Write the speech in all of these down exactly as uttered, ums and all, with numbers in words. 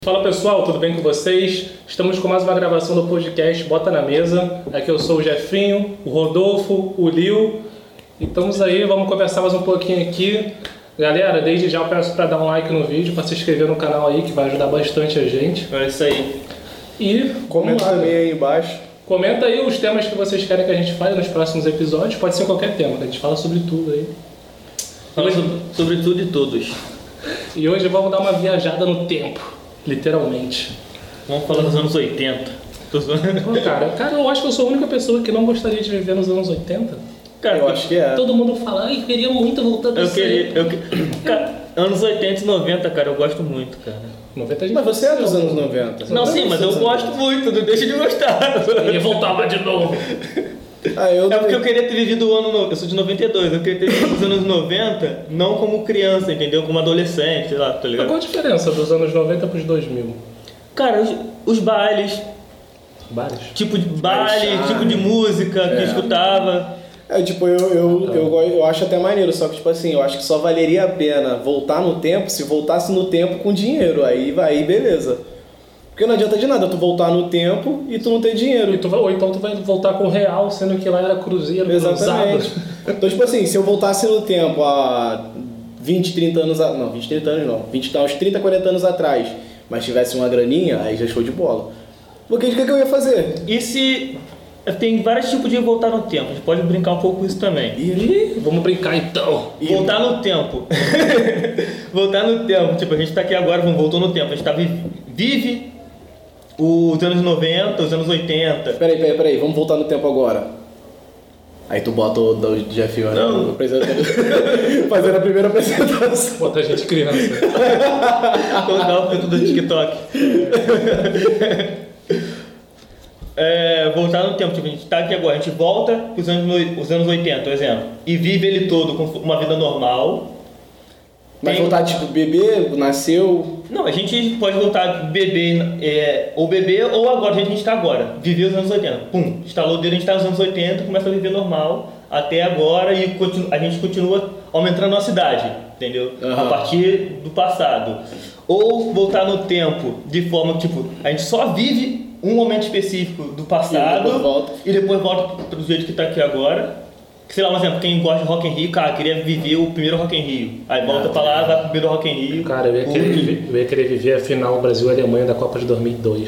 Fala pessoal, tudo bem com vocês? Estamos com mais uma gravação do podcast Bota na Mesa. Aqui eu sou o Jefinho, o Rodolfo, o Lil. E estamos aí, vamos conversar mais um pouquinho aqui. Galera, desde já eu peço para dar um like no vídeo, para se inscrever no canal aí, que vai ajudar bastante a gente. É isso aí. E comenta também aí embaixo. Comenta aí os temas que vocês querem que a gente fale nos próximos episódios. Pode ser qualquer tema, que a gente fala sobre tudo aí. Fala hoje... sobre, sobre tudo e todos. E hoje vamos dar uma viajada no tempo. Literalmente. Vamos falar dos anos oitenta. Pô, cara, cara, eu acho que eu sou a única pessoa que não gostaria de viver nos anos oitenta. Cara, eu acho que é. Todo mundo fala, ai, queria muito voltar pra eu você. queria, eu cara, anos oitenta e noventa, cara, eu gosto muito, cara. noventa Mas você é dos anos noventa. Não, sim, mas eu gosto muito, não deixa de gostar. E voltava de novo. Ah, eu é porque eu queria ter vivido o ano... No... Eu sou de noventa e dois, eu queria ter vivido os anos noventa, não como criança, entendeu? Como adolescente, sei lá, tá ligado? Qual a diferença dos anos noventa pros dois mil? Cara, os, os bailes... Bailes? Tipo de baile, ah, tipo de música é. que eu escutava... É, tipo, eu, eu, eu, eu, eu acho até maneiro, só que, tipo assim, eu acho que só valeria a pena voltar no tempo se voltasse no tempo com dinheiro, aí vai, beleza. Porque não adianta de nada tu voltar no tempo e tu não ter dinheiro. E tu vai, ou então tu vai voltar com real, sendo que lá era cruzeiro, exatamente. Cruzado. Então, tipo assim, se eu voltasse no tempo há vinte, trinta anos... A... Não, vinte, trinta anos não. vinte, uns trinta, quarenta anos atrás, mas tivesse uma graninha, aí já show de bola. Porque o que, que eu ia fazer? E se... Tem vários tipos de voltar no tempo, a gente pode brincar um pouco com isso também. Ih, vamos brincar então. Voltar no tempo. Voltar no tempo. Tipo, a gente tá aqui agora, vamos voltar no tempo. A gente tá vive, vive os anos noventa, os anos oitenta. Peraí, peraí, peraí, vamos voltar no tempo agora. Aí tu bota o Jeff Não. fazendo a primeira apresentação. Bota a gente criança. Colocar o filtro do TikTok. É, voltar no tempo, tipo, a gente tá aqui agora, a gente volta para os anos, os anos oitenta, por exemplo, e vive ele todo com uma vida normal. Mas Tem... voltar tipo bebê, nasceu... Não, a gente pode voltar bebê, é, ou bebê, ou agora, a gente está agora, viver os anos oitenta. Pum, instalou o dedo, a gente está nos anos oitenta, começa a viver normal até agora e continu, a gente continua aumentando a nossa idade, entendeu? Uhum. A partir do passado. Ou voltar no tempo de forma que, tipo, a gente só vive um momento específico do passado e depois volta, e depois volta pro jeito que tá aqui agora. Sei lá, por exemplo, quem gosta de Rock in Rio, cara, queria viver o primeiro Rock in Rio. Aí volta ah, pra lá, vai pro primeiro Rock in Rio. Cara, eu ia, querer viver, eu ia querer viver a final Brasil e Alemanha da Copa de dois mil e dois.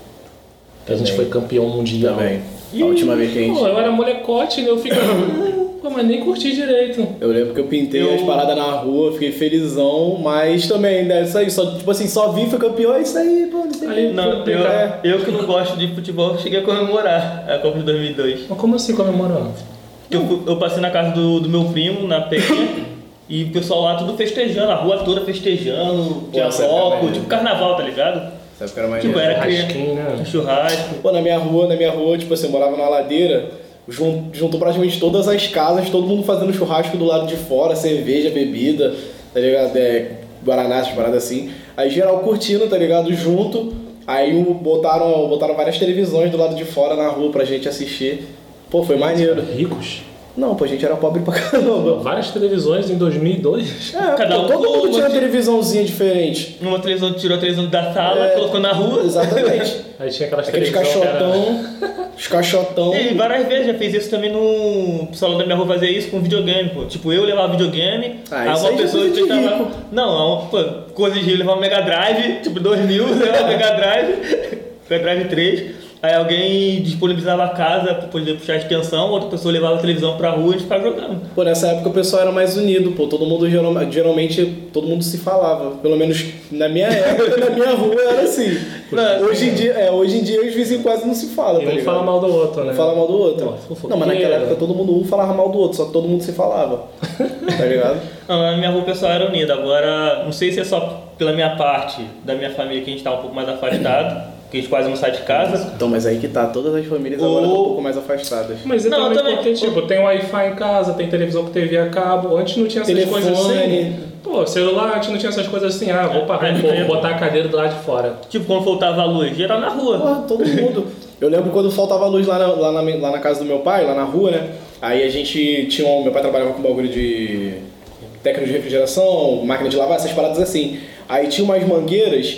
Que a gente foi campeão mundial. Também. A última vez que a gente... Pô, eu era molecote, né? Eu ficava... Pô, mas nem curti direito. Eu lembro que eu pintei eu... as paradas na rua, fiquei felizão, mas também, né, isso aí, só, tipo assim, só vi, foi campeão, é isso aí, pô, não sei aí, não, eu, é. eu que não gosto de futebol, cheguei a comemorar a Copa de dois mil e dois. Mas como assim comemorando? Eu, eu passei na casa do, do meu primo, na P E, e o pessoal lá tudo festejando, a rua toda festejando, tinha foco, tipo carnaval, tá ligado? Sabe que era mais tipo, era churrasquinho, né? Churrasco. Pô, na minha rua, na minha rua, tipo assim, eu morava numa ladeira, juntou praticamente todas as casas, todo mundo fazendo churrasco do lado de fora, cerveja, bebida, tá ligado? É, guaraná, essas paradas assim. Aí geral curtindo, tá ligado? Junto. Aí botaram, botaram várias televisões do lado de fora na rua pra gente assistir. Pô, foi maneiro. Ricos? Não, pô, a gente era pobre pra caramba. Várias televisões em dois mil e dois? É, Cada um todo mundo tinha uma televisãozinha diferente. Uma televisão, tirou a televisão da sala, é, colocou na rua. Exatamente. Aí tinha aquelas Aqueles caixotão, era... os caixotão. E várias vezes já fez isso também no salão da minha rua, fazia isso com videogame, pô. Tipo, eu levava videogame, ah, a uma pessoa que tava... Não, pô, coisa de rio, levava um Mega Drive, tipo dois mil, levava Mega Drive, Mega Drive três. Aí alguém disponibilizava a casa pra poder puxar a extensão, outra pessoa levava a televisão pra rua e ficava jogando. Pô, nessa época o pessoal era mais unido, pô. Todo mundo, geralmente, todo mundo se falava. Pelo menos na minha época, na minha rua era assim. Não, hoje, em dia, é, hoje em dia os vizinhos quase não se falam, tá ligado? Um fala mal do outro, né? Um fala mal do outro. Pô, não, mas naquela época todo mundo um falava mal do outro, só que todo mundo se falava. Tá ligado? Não, na minha rua o pessoal era unido. Agora, não sei se é só pela minha parte, da minha família, que a gente tá um pouco mais afastado. Que a gente quase não sai de casa. Então, mas aí que tá, todas as famílias Ou... agora estão um pouco mais afastadas. Mas é não, também, também porque, tipo, tem Wi-Fi em casa, tem televisão com T V a cabo. Antes não tinha essas Telefone. coisas assim. Pô, celular, antes não tinha essas coisas assim. Ah, vou parar, vou botar a cadeira do lado de fora. Tipo, quando faltava a luz, geral na rua. Pô, todo mundo. Eu lembro quando faltava luz lá na, lá, na, lá na casa do meu pai, lá na rua, né? Aí a gente tinha um... Meu pai trabalhava com bagulho de técnico de refrigeração, máquina de lavar, essas paradas assim. Aí tinha umas mangueiras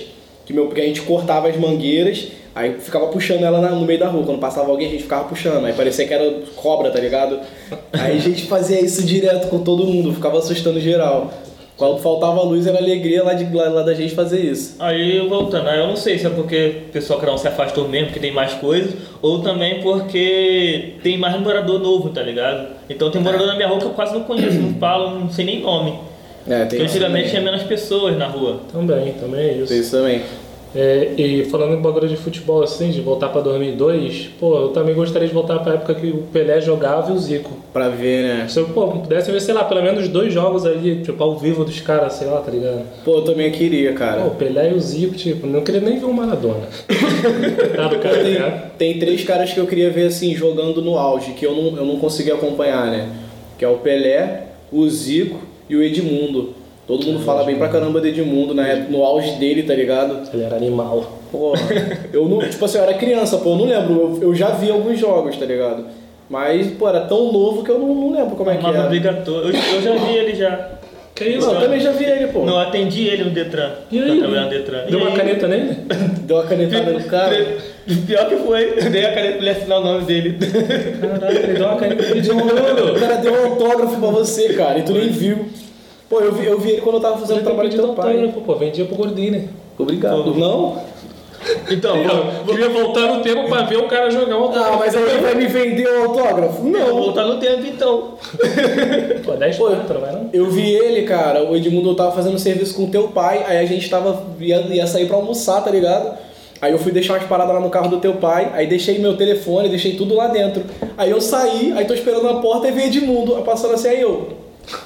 que, meu, que a gente cortava as mangueiras, aí ficava puxando ela na, no meio da rua. Quando passava alguém, a gente ficava puxando. Aí parecia que era cobra, tá ligado? Aí a gente fazia isso direto com todo mundo, ficava assustando geral. Quando faltava luz, era alegria lá, de, lá, lá da gente fazer isso. Aí, voltando, aí eu não sei se é porque o pessoal cada um se afastou mesmo, porque tem mais coisas, ou também porque tem mais morador novo, tá ligado? Então tem morador na minha rua que eu quase não conheço, não falo, não sei nem nome. É, tem Porque isso antigamente também. tinha menos pessoas na rua. Também, também é isso. Tem isso também. É, e falando em bagulho de futebol assim, de voltar pra dois mil e dois, pô, eu também gostaria de voltar pra época que o Pelé jogava e o Zico. Pra ver, né? Se eu, pô, pudesse ver, sei lá, pelo menos dois jogos ali, tipo, ao vivo dos caras, sei lá, tá ligado? Pô, eu também queria, cara. Pô, o Pelé e o Zico, tipo, não queria nem ver o Maradona. Tá do cara, tá ligado? Tem, tem três caras que eu queria ver, assim, jogando no auge, que eu não, eu não consegui acompanhar, né? Que é o Pelé, o Zico e o Edmundo. Todo mundo fala bem pra caramba do Edmundo, né? No auge dele, tá ligado? Ele era animal. Pô, eu não, tipo assim, eu era criança, pô, eu não lembro, eu, eu já vi alguns jogos, tá ligado? Mas, pô, era tão novo que eu não, não lembro como é que Uma era. obrigatória. Eu, eu já vi ele já. Que isso, Não, eu cara? também já vi ele, pô. Não, eu atendi ele no Detran. E Pra aí? trabalhar no Detran. Deu E uma aí? caneta nele? Deu uma canetada no cara. Pior que foi, eu dei a caneta pra ele assinar o nome dele. Caraca, ele deu uma caneta e pediu um O ouro. cara deu um autógrafo pra você, cara, e tu nem viu. Pô, eu vi, eu vi ele quando eu tava fazendo o trabalho do teu pai. autógrafo, pô, vendia pro gordinho, né? Obrigado. Pô. Não? Então, Eu queria voltar no tempo pra ver o cara jogar um autógrafo. Ah, mas aí ele vai me vender o autógrafo? não, vou Não. voltar no tempo então. Pô, dez conto, não vai não? Eu vi ele, cara, o Edmundo tava fazendo serviço com o teu pai, aí a gente tava, ia, ia sair pra almoçar, tá ligado? Aí eu fui deixar umas paradas lá no carro do teu pai, aí deixei meu telefone, deixei tudo lá dentro. Aí eu saí, aí tô esperando na porta e veio Edmundo, aí passando assim, aí eu...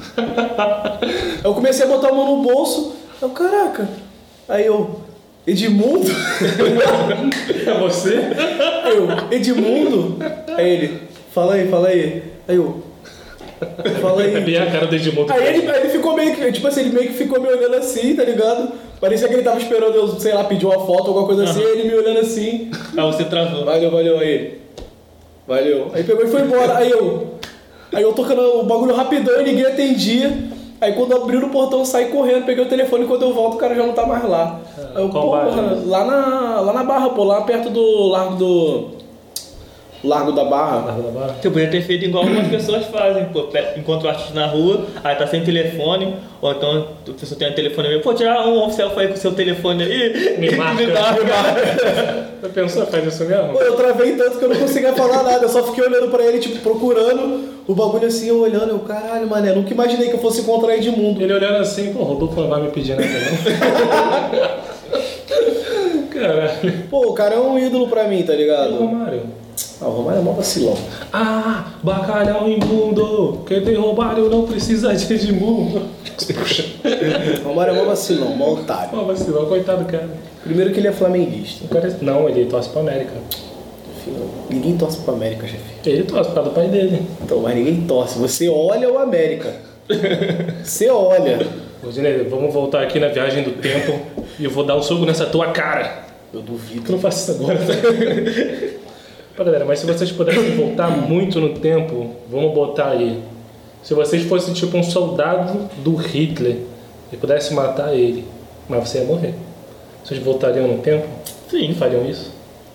Eu comecei a botar a mão no bolso, eu, caraca, aí eu... Edmundo? É você? Aí eu, Edmundo? Aí ele, fala aí, fala aí. Aí eu, fala É aí. bem a cara do Edmundo. Aí ele, aí ele ficou meio que, tipo assim, ele meio que ficou me olhando assim, tá ligado? Parecia que ele tava esperando eu, sei lá, pedir uma foto, alguma coisa assim, aí ele me olhando assim. Aí você travou. Valeu, valeu, aí. Valeu. Aí pegou e foi embora. Aí eu, aí eu tocando o bagulho rapidão e ninguém atendia. Aí quando abriu o portão, eu saí correndo, peguei o telefone e quando eu volto o cara já não tá mais lá. Aí eu, qual porra, bairro? lá na, lá na Barra, pô, lá perto do Largo do... Largo da Barra. Largo da Barra. Você podia ter feito igual algumas pessoas fazem, pô, pe- encontra o artista na rua, aí tá sem telefone, ou então a pessoa tem um telefone mesmo, pô, tirar um selfie aí com o seu telefone aí, Me marca. me dá, me marca. Você pensou, faz isso mesmo? Pô, eu travei tanto que eu não conseguia falar nada, eu só fiquei olhando pra ele, tipo, procurando o bagulho assim, eu olhando, eu, caralho, mané, nunca imaginei que eu fosse encontrar Edmundo. Ele olhando assim, pô, o Rodolfo não vai me pedir nada não. Caralho. Pô, o cara é um ídolo pra mim, tá E o ligado? Romário? Ah, o Romário é mó vacilão. Ah, bacalhau imundo. Quem tem Romário não precisa de Edmundo. O Romário é mó vacilão, mó otário. Pô, vacilão, coitado do cara. Primeiro que ele é flamenguista. O cara. Não, ele torce pra América. Filho, ninguém torce pro América, chefe. Ele torce por causa do pai dele. Então, mas ninguém torce. Você olha o América. Você olha. Ô, Dinei, vamos voltar aqui na viagem do tempo e eu vou dar um soco nessa tua cara. Eu duvido. Tu não faz isso agora, né? Pô, galera, mas se vocês pudessem voltar muito no tempo, vamos botar aí. Se vocês fossem tipo um soldado do Hitler e pudesse matar ele, mas você ia morrer. Vocês voltariam no tempo? Sim, Fariam isso?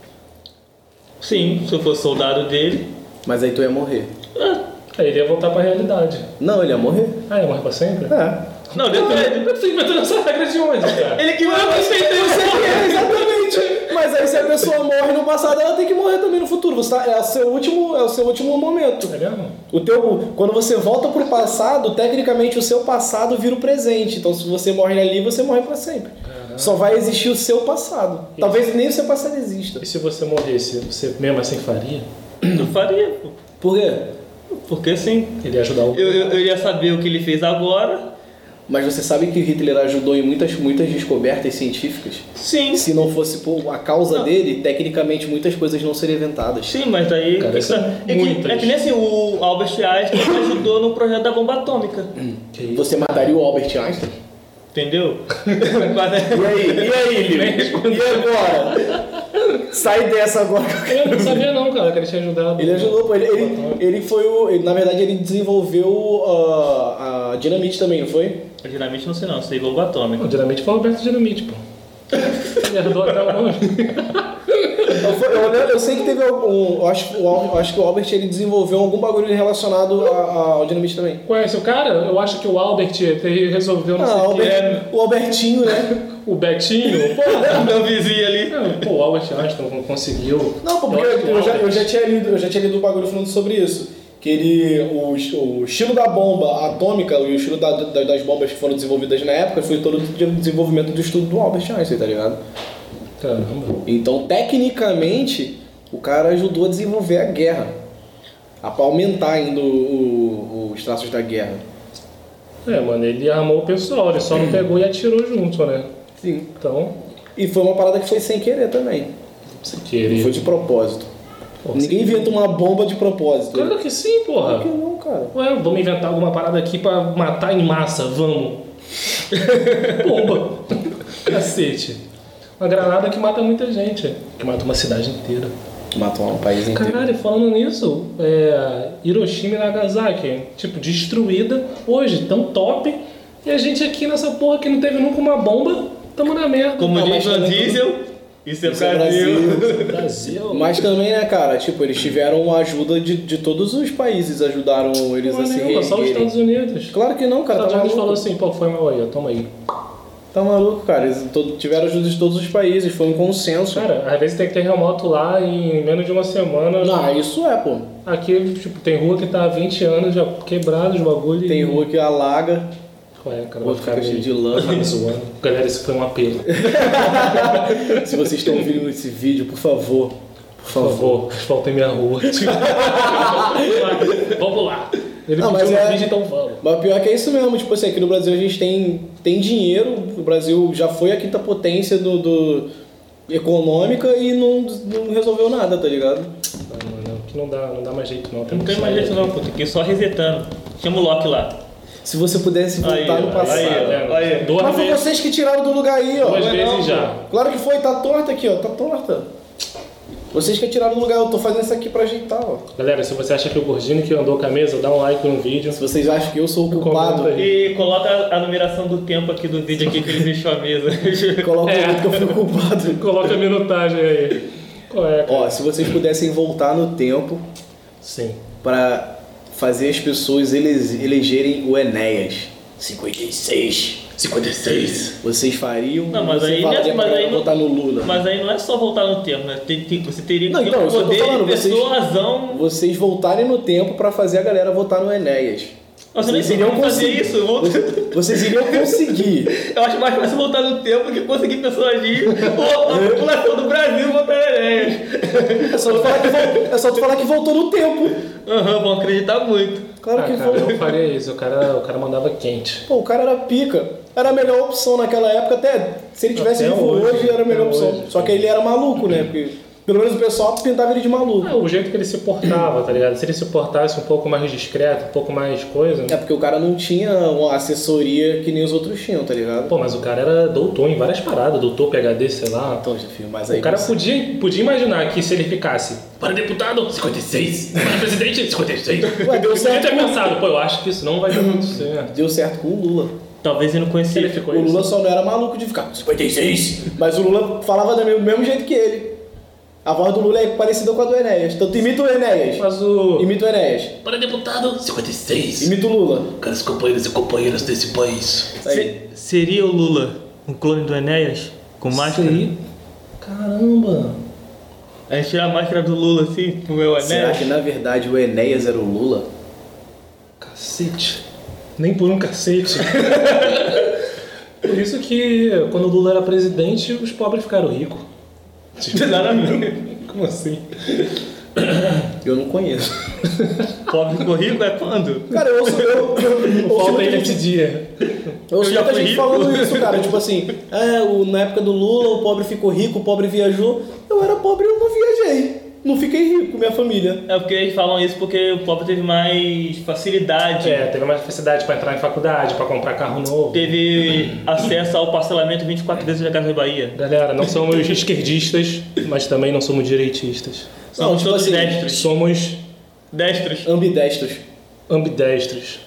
sim, se eu fosse soldado dele, Mas aí tu ia morrer. Aí ele ia voltar pra realidade. Não, ele ia morrer. Ah, ia morrer pra sempre? É. não, depende. Você inventou essa regra de onde, cara? Ele que vai Eu sei que é, exatamente. Mas aí se a pessoa morre no passado, ela tem que morrer também no futuro. Você tá, é, o seu último, é o seu último momento. É mesmo? O teu, quando você volta pro passado, tecnicamente o seu passado vira o presente. Então se você morre ali, você morre pra sempre. Só vai existir o seu passado. Talvez nem o seu passado exista. E se você morresse, você mesmo assim faria? Eu faria, pô. Por quê? Porque sim. Ele ia ajudar o... Eu, eu, eu ia saber o que ele fez agora. Mas você sabe que Hitler ajudou em muitas, muitas descobertas científicas? Sim. Se não fosse por a causa Não. dele, tecnicamente muitas coisas não seriam inventadas. Sim, mas daí. Cara, isso é é, que, muitas. é que nem assim, o Albert Einstein ajudou no projeto da bomba atômica. Que isso? Você mataria o Albert Einstein? Entendeu? Mas, E aí? E aí, Lili? E agora? Sai dessa agora. Eu não sabia não, cara, que ele tinha ajudado. Ele ajudou, pô. Ele, ele, ele foi o... Ele, na verdade, ele desenvolveu uh, a dinamite também, não foi? dinamite não sei não, sei bomba atômica. Não, Dinamite foi o Roberto Dinamite, pô. Ele herdou até o nome. Eu, eu, eu sei que teve algum. Eu acho, eu acho que o Albert ele desenvolveu algum bagulho relacionado a- a- ao dinamite também. Conhece o cara? Eu acho que o Albert ele resolveu, não Ah, sei o que. Albert- o Albertinho, né? O Betinho, pô, Meu vizinho ali. não, pô, o Albert Einstein conseguiu. Não, pô, porque Eu eu, acho que o eu já, Albert- eu já tinha lido, eu já tinha lido um bagulho falando sobre isso. Que ele. O, o estilo da bomba atômica e o estilo da- da- das bombas que foram desenvolvidas na época foi todo o desenvolvimento do estudo do Albert Einstein, tá ligado? Caramba. Então, tecnicamente, o cara ajudou a desenvolver a guerra. A pra aumentar ainda o- o- os traços da guerra. É, mano, ele armou o pessoal, ele só não pegou e atirou junto, né? Sim. Então, E foi uma parada que foi sem querer também. se Não querer. foi de propósito. Pô, Ninguém inventa uma bomba de propósito. Claro que sim, porra. Por que não, cara? Ué, vamos inventar alguma parada aqui pra matar em massa, vamos. Bomba. Cacete. Uma granada que mata muita gente. Que mata uma cidade inteira. Matou um país inteiro. Caralho, falando nisso, é, Hiroshima e Nagasaki, tipo, destruída hoje, tão top. E a gente aqui nessa porra que não teve nunca uma bomba, tamo na merda. Como Não, diz mas o também- Diesel, isso é Isso é Brasil. Brasil. Mas também, né, cara, tipo, eles tiveram a ajuda de, de todos os países, ajudaram eles Não a é se nenhuma, só os reerguerem. Estados Unidos. Claro que não, Os cara, Estados tá Unidos falou maluco. assim, pô, foi mal aí, ó, toma aí. Tá maluco, cara, eles to- tiveram ajuda de todos os países, foi um consenso. Cara, às vezes tem terremoto lá em menos de uma semana. Não, isso é, pô. Aqui, tipo, tem rua que tá há vinte anos já quebrada os bagulho. Tem e- rua que alaga, Qual é, cara? rua Vai que ficar fica cheia me- de lama. me zoando. Galera, isso foi um apelo. Se vocês estão ouvindo esse vídeo, por favor, por Por favor. favor, asfaltem minha rua. Vamos lá. Ele Não, pediu mas um é- vídeo, então vamos. Mas o pior é que é isso mesmo, tipo assim, aqui no Brasil a gente tem, tem dinheiro, o Brasil já foi a quinta potência do, do econômica e não, não resolveu nada, tá ligado? Não, mano, que não dá, não dá mais jeito não. Não tem mais jeito não, pô. Tem que ir só resetando. Chama o Loki lá. Se você pudesse voltar Aí, no passado. aí, É, Aí. Duas Mas foi vezes, vocês que tiraram do lugar aí, ó. duas Não é vezes não, já. pô. Claro que foi, tá torta aqui, ó, tá torta. Vocês que tiraram do lugar, eu tô fazendo isso aqui pra ajeitar, ó. Galera, se você acha que o Gordinho que andou com a mesa, dá um like no vídeo. Se vocês acham que eu sou o culpado, Comenta aí. E coloca a numeração do tempo aqui do vídeo aqui que ele deixou a mesa. coloca É. o que eu fui o culpado. Coloca a minutagem aí. Qual é, cara? Ó, se vocês pudessem voltar no tempo Sim. pra fazer as pessoas ele- elegerem o Enéas. cinquenta e seis. cinquenta e seis. Vocês fariam? Não, mas Você aí, falaria né, pra mas aí não- votar no Lula. Mas aí não é só voltar no tempo, né? Tem, tem- você teria que Não, ter então, o isso que eu tô poder falando, de vocês- persuasão. Vocês voltarem no tempo pra fazer a galera votar no Enéas. Nossa, eu nem Vocês sei iriam como fazer conseguir. isso. Eu, vou- Vocês, vocês iriam conseguir. eu acho mais fácil voltar no tempo do que conseguir persuadir a população do Brasil votar em Enéas. É só tu falar que, vol- é só tu falar que voltou no tempo. Aham, vão acreditar muito. Claro Ah, que cara, foi. eu faria isso. O cara, o cara mandava quente. Pô, o cara era pica. Era a melhor opção naquela época, até se ele tivesse Até vivo hoje, hoje, era a melhor até opção. hoje. Só que ele era maluco, né? Porque pelo menos o pessoal pintava ele de maluco. Ah, o jeito que ele se portava, tá ligado? Se ele se portasse um pouco mais discreto, um pouco mais coisa. É porque o cara não tinha uma assessoria que nem os outros tinham, tá ligado? Pô, mas o cara era doutor em várias paradas, doutor P H D, sei lá. Então, já filho, mas aí. O cara você- podia, podia imaginar que se ele ficasse para deputado, cinquenta e seis, para presidente, cinquenta e seis. Ué, deu Ele certo tinha com- pensado, pô, eu acho que isso não vai dar muito certo. Deu certo com o Lula. Talvez ele não conhecia. Ele ficou O Lula isso. só não era maluco de ficar cinquenta e seis. Mas o Lula falava do mesmo, mesmo jeito que ele. A voz do Lula é parecida com a do Enéas. Então tu imita o Enéas. Mas o... Imita o Enéas. Para deputado, cinquenta e seis. Imita o Lula. Caros companheiros e companheiras desse país. Isso aí. Se- seria o Lula um clone do Enéas? Com máscara? Sim. Caramba. A gente tira a máscara do Lula assim, pro meu Será Enéas? que na verdade o Enéas era o Lula? Cacete. Nem por um cacete. Por isso que quando o Lula era presidente, os pobres ficaram ricos. Nada a ver. Como assim? Eu não conheço. Pobre ficou rico é quando? Cara, eu ouço, eu, eu, ouço Falta muita aí gente, nesse dia. eu ouço Eu já muita fui gente rico. falando isso, cara. Tipo assim, é, o, na época do Lula o pobre ficou rico, o pobre viajou. Eu era pobre e eu não viajei. Não fiquei rico com minha família. É porque eles falam isso porque o pobre teve mais facilidade. É, teve mais facilidade pra entrar em faculdade, pra comprar carro novo. Teve acesso ao parcelamento vinte e quatro vezes na Casa da Bahia. Galera, não somos esquerdistas, mas também não somos direitistas. Não, Somos tipo todos assim, destros. Somos Destros. Ambidestros. ambidestros.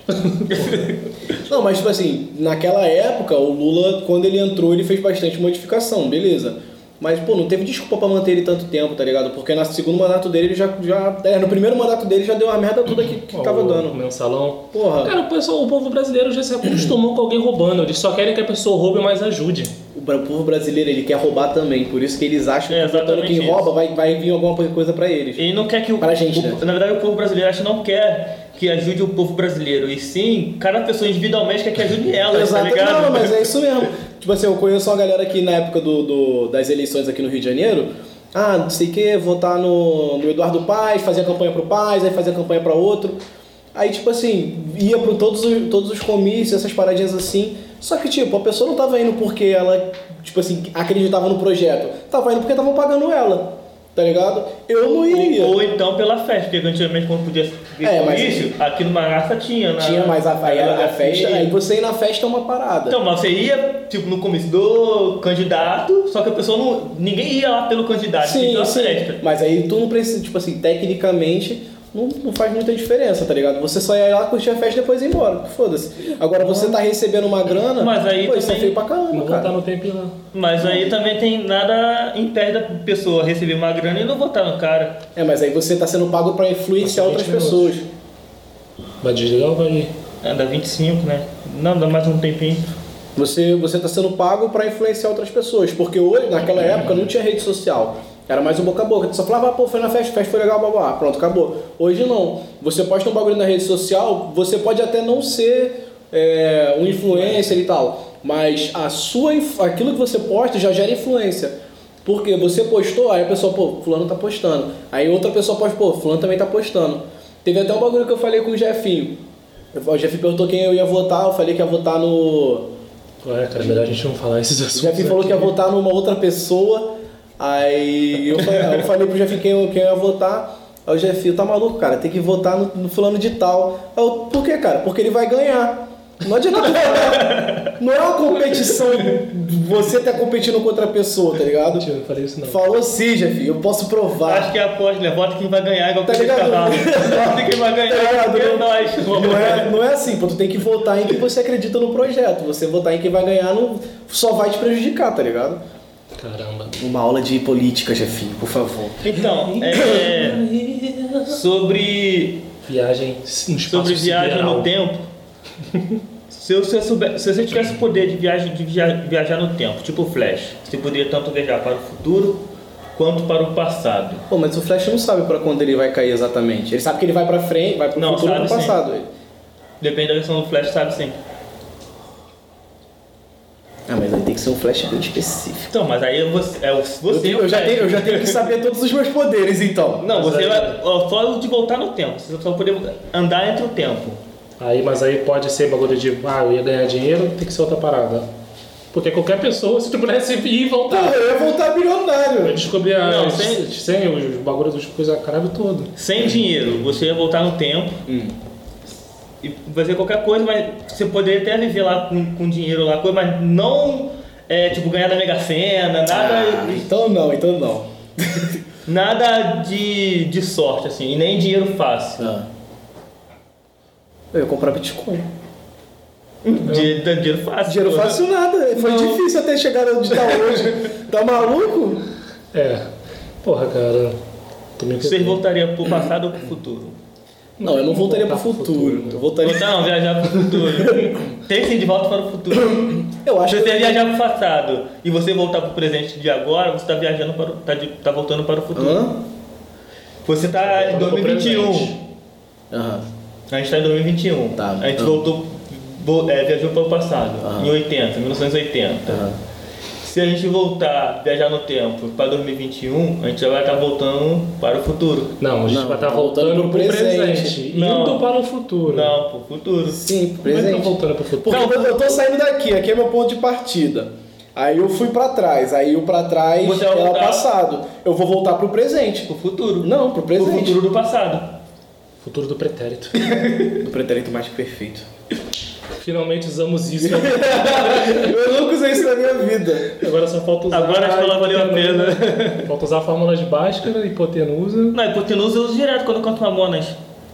Não, mas tipo assim, naquela época, o Lula, quando ele entrou, ele fez bastante modificação, beleza. Mas, pô, não teve desculpa pra manter ele tanto tempo, tá ligado? Porque no segundo mandato dele, ele já... já é, no primeiro mandato dele, já deu a merda toda que, que tava o dando. mensalão. Porra. Cara, o, pessoal, o povo brasileiro já se acostumou com alguém roubando. Eles só querem que a pessoa roube, mas ajude. O povo brasileiro, ele quer roubar também. Por isso que eles acham É, que votando quem exatamente rouba vai, vai vir alguma coisa pra eles. Ele não quer que o... Pra gente, o- né? Na verdade, o povo brasileiro acha que não quer que ajude o povo brasileiro. E sim, cada pessoa individualmente quer que ajude ela, tá Exato, ligado? não, mas é isso mesmo. Tipo assim, eu conheço uma galera aqui na época do, do- das eleições aqui no Rio de Janeiro. Ah, não sei o que, votar no, no Eduardo Paes, fazia campanha pro Paes, aí fazia campanha pra outro. Aí, tipo assim, ia pra todos os, todos os comícios, essas paradinhas assim. Só que, tipo, a pessoa não tava indo porque ela, tipo assim, acreditava no projeto. Tava indo porque estavam pagando ela, tá ligado? Eu não iria. Ou, ou então pela festa, porque antigamente quando podia ver É, mas- comício, aqui no Maraça tinha, né? Tinha mais a, aí a, a Era festa, assim. aí você ir na festa é uma parada. Então, mas você ia, tipo, no comício do candidato, só que a pessoa não... Ninguém ia lá pelo candidato, tinha Sim, uma sim. festa. Mas aí tu não precisa, tipo assim, tecnicamente não, não faz muita diferença, tá ligado? Você só ia lá curtir a festa e depois ir embora, foda-se. Agora você tá recebendo uma grana, Mas aí pô, isso é também- feio pra caramba, Não cara. votar no tempinho lá. Mas aí também tem nada impede da pessoa receber uma grana e não votar no cara. É, mas aí você tá sendo pago pra influenciar Nossa, outras vinte pessoas. Vai desligar ou vai ir? É, dá vinte e cinco, né? Não, dá mais um tempinho. Você, você tá sendo pago pra influenciar outras pessoas, porque hoje, naquela época, não tinha rede social. Era mais um boca a boca. Tu só falava, ah, pô, foi na festa, festa foi legal, blá, blá, blá. Pronto, acabou. Hoje não. Você posta um bagulho na rede social, você pode até não ser é, um influencer e tal, mas a sua, inf- aquilo que você posta já gera influência. Porque você postou, aí a pessoa, pô, fulano tá postando. Aí outra pessoa posta, pô, fulano também tá postando. Teve até um bagulho que eu falei com o Jefinho. O Jefinho perguntou quem eu ia votar, eu falei que ia votar no... Ué, cara, melhor a gente não falar esses O assuntos. Jefinho falou que ia aqui. votar numa outra pessoa. Aí eu falei, eu falei pro Jefinho quem, eu- quem eu ia votar. Aí o Jefinho, tá maluco, cara, tem que votar no, no fulano de tal. Aí eu, por quê, cara? Porque ele vai ganhar. Não adianta tu votar. Não é uma competição, você tá competindo com outra pessoa, tá ligado? Mentira, não falei isso não. Falou sim, Jefinho, eu posso provar. Acho que é a aposta, né? Vota quem vai ganhar, igual Tá aquele ligado? cavalo. Vota quem vai ganhar, Tá ligado? porque é nós. Não é, não é assim, pô, tu tem que votar em quem você acredita no projeto. Você votar em quem vai ganhar não, só vai te prejudicar, tá ligado? Caramba. Uma aula de política, Jefinho, por favor. Então, é, sobre, Viagem no espaço sobre viagem sideral. no tempo, se você, souber, se você tivesse o poder de, viagem, de via- viajar no tempo, tipo Flash, você poderia tanto viajar para o futuro quanto para o passado. Pô, mas o Flash não sabe pra quando ele vai cair exatamente. Ele sabe que ele vai pra frente, vai pro Não, futuro ou sabe pro sim. passado. Depende da versão do Flash, sabe sim. Ah, mas aí tem que ser um Flash bem específico. Então, mas aí você, é o- você Eu, tenho- é o eu já Flash. tenho, eu já tenho que saber todos os meus poderes, então. Não, você Mas aí- vai ó, só de voltar no tempo. Você só poder andar entre o tempo. Aí, mas aí pode ser bagulho de, ah, eu ia ganhar dinheiro, tem que ser outra parada. Porque qualquer pessoa, se tu pudesse ir e Pô, voltar. eu ia voltar bilionário. Eu descobri a, Não, os, sem- sem os bagulhos dos coisas, caralho todo. Sem dinheiro, você ia voltar no tempo Hum. e fazer qualquer coisa, mas você poderia até viver lá com, com dinheiro lá, coisa, mas não é, tipo ganhar na Mega Sena, nada, Ah, então não, então não. nada de, de sorte assim, e nem dinheiro fácil. Ah. Eu ia comprar Bitcoin. De, de- dinheiro fácil. Dinheiro pô. fácil nada. Foi Não. difícil até chegar onde tá hoje. Tá maluco? É. Porra, cara. Tu me Você voltaria pro passado ou pro futuro? Não, eu não voltaria pro Voltar pro futuro. futuro. Eu voltaria. Voltar não, viajar pro futuro. Tem que ir de volta para o futuro. Eu acho Se você que. viajar pro passado e você voltar pro presente de agora, você tá viajando para o, tá, de- tá voltando para o futuro. Hã? Você tá em Voltando pro dois mil e vinte e um. presente. Aham. A gente tá em dois mil e vinte e um. Tá. A gente Ah. voltou, vo- é, viajou para o passado, Aham. em oitenta, mil novecentos e oitenta. Aham. Se a gente voltar, viajar no tempo para dois mil e vinte e um, a gente já vai estar voltando para o futuro. Não, a gente Não, vai estar tá voltando, voltando pro pro presente. presente. Não. Indo para o futuro. Não, para o futuro. Sim, Como é que tá presente. voltando pro futuro? Porque eu- eu tô saindo daqui, aqui é meu ponto de partida. Aí eu fui pra trás, aí o pra trás Você vai é o voltar- passado. Eu vou voltar pro presente. Pro futuro. Não, pro Pro presente. futuro do passado. Futuro do pretérito. Do pretérito mágico perfeito. Finalmente usamos isso. Eu nunca usei isso na minha vida. Agora só falta usar. Agora a escola valeu a pena. Falta usar fórmulas de Bhaskara, hipotenusa. Não, hipotenusa eu uso direto quando eu canto Mamonas.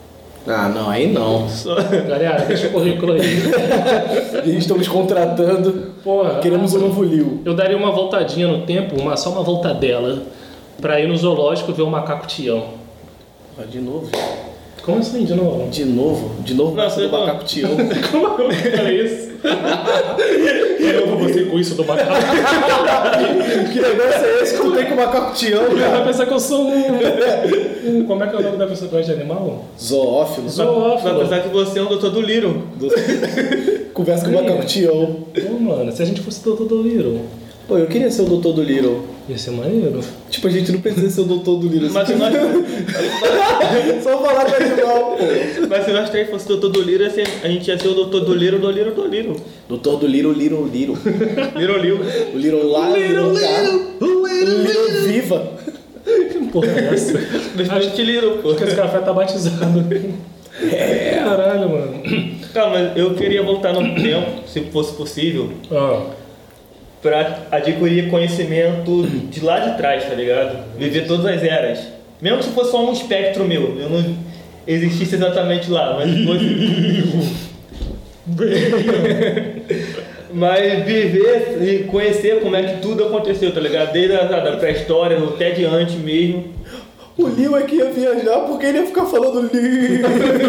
Ah, não, aí não. Só... Galera, deixa o currículo aí. Estamos contratando. Porra, Queremos um novo Liu. eu daria uma voltadinha no tempo, uma, só uma voltadela, pra ir no zoológico ver o macaco Tião. Ah, de novo? Como assim, de novo? De novo? De novo Não, essa do você não. macaco Tião. Como eu falei isso? De novo você com isso do macaco. Que negócio é esse que eu tenho com o macaco Tião, Vai cara? pensar que eu sou um, um... Como é que é o nome da pessoa que gosta de animal? Zoófilo. Vai Zoófilo. pensar que você é um doutor do Little. Conversa com o macaco Tião. Pô, mano, se a gente fosse doutor do Little, Pô, eu queria ser o doutor do Little. ia ser maneiro. Tipo, a gente não precisa ser o doutor do Little. Mas se nós, Só falar com animal, pô. mas se nós três fosse doutor do Little, a gente ia ser o doutor do Little, do Little, do Little. Doutor do Little, Little, Little. Little Little. O Little lá, o Little cá. O Little viva. Que porra é essa? Acho que Little, pô. Acho que esse café tá batizado. É. Caralho, mano. Tá, mas eu queria voltar no tempo, se fosse possível, Ah, pra adquirir conhecimento de lá de trás, tá ligado? Viver todas as eras. Mesmo que fosse só um espectro meu, eu não existisse exatamente lá, mas fosse... mas viver e conhecer como é que tudo aconteceu, tá ligado? Desde a da pré-história, até diante mesmo. O Liu é que ia viajar porque ele ia ficar falando Liu.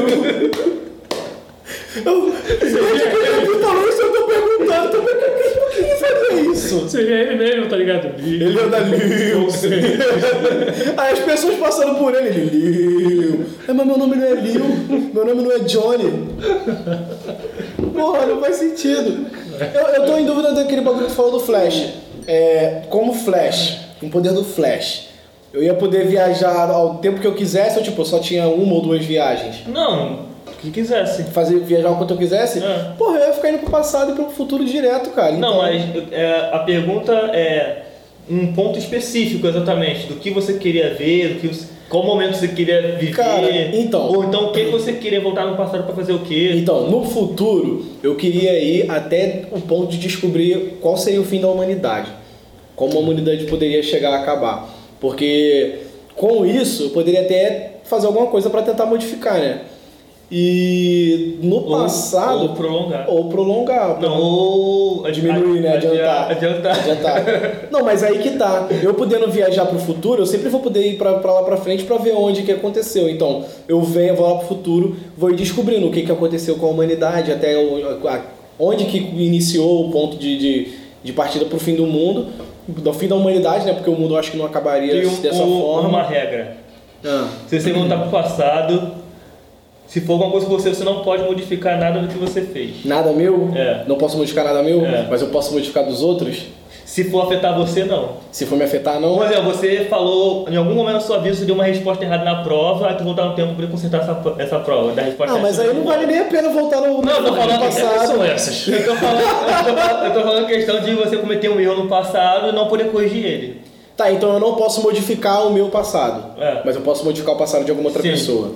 Eu, eu falando isso, eu tô perguntando também por que ia fazer isso? seria ele mesmo, tá ligado? Ele anda Liu. Aí as pessoas passando por ele, ele Liu. É, mas meu nome não é Liu, meu nome não é Johnny. Porra, não faz sentido. Eu, eu tô em dúvida daquele bagulho que tu falou do Flash. É, como Flash, com o poder do Flash, eu ia poder viajar ao tempo que eu quisesse ou tipo, eu só tinha uma ou duas viagens? Não, o que quisesse. Fazer, viajar o quanto eu quisesse? É. Porra, eu ia ficar indo pro passado e pro futuro direto, cara. Então, Não, mas é, a pergunta é um ponto específico exatamente, do que você queria ver, do que você, qual momento você queria viver, Cara, então- ou então o que você queria voltar no passado pra fazer o quê? Então, no futuro, eu queria ir até o ponto de descobrir qual seria o fim da humanidade. Como a humanidade poderia chegar a acabar. Porque com isso, eu poderia até fazer alguma coisa para tentar modificar, né? E no Ou- passado... ou prolongar. Ou prolongar. Não, ou Diminuir, né? Adiantar. Adiantar. Adiantar. Não, mas aí que tá. Eu podendo viajar pro futuro, eu sempre vou poder ir pra, pra lá pra frente pra ver onde que aconteceu. Então, eu venho, vou lá pro futuro, vou ir descobrindo o que que aconteceu com a humanidade, até o, a, onde que iniciou o ponto de, de, de partida pro fim do mundo, do fim da humanidade, né? Porque o mundo eu acho que não acabaria Tem um- dessa um- forma. uma regra. Ah. Se você voltar pro passado, se for alguma coisa com você, você não pode modificar nada do que você fez. Nada meu? É. Não posso modificar nada meu? É. Mas eu posso modificar dos outros? Se for afetar você, não. Se for me afetar, não? Por exemplo, você falou, em algum momento da sua vida, você deu uma resposta errada na prova, aí tu voltar no tempo pra consertar essa, essa prova, da resposta Ah, mas aí não vale nem a pena voltar no, Não, eu tô no falando que passado. São essas. Eu tô falando, eu tô falando, eu tô falando a questão de você cometer um erro no passado e não poder corrigir ele. Tá, então eu não posso modificar o meu passado. É. Mas eu posso modificar o passado de alguma outra Sim. pessoa.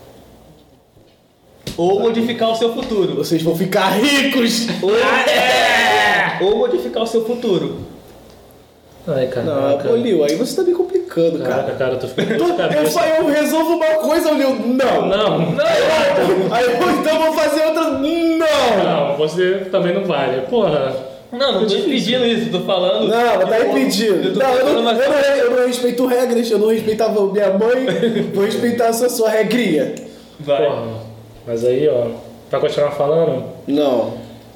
Ou modificar o seu futuro. Vocês vão ficar ricos! Ou, ou modificar o seu futuro. Ai, Não, caraca. pô, Liu, aí você tá me complicando, Caraca, cara. cara, eu tô ficando Eu, de cabeça. só- eu resolvo uma coisa, o Liu, não. Não, Aí eu então vou fazer outra, não. não, você também não vale. Porra. Não, não tô Difícil. impedindo isso, tô falando. Não, mas tá impedido. Eu tô Não, eu falando não, uma- eu, não, eu não respeito regras, eu não respeitava minha mãe, vou respeitar a sua, sua regrinha. Vai. Porra. Mas aí, ó. Vai continuar falando? Não.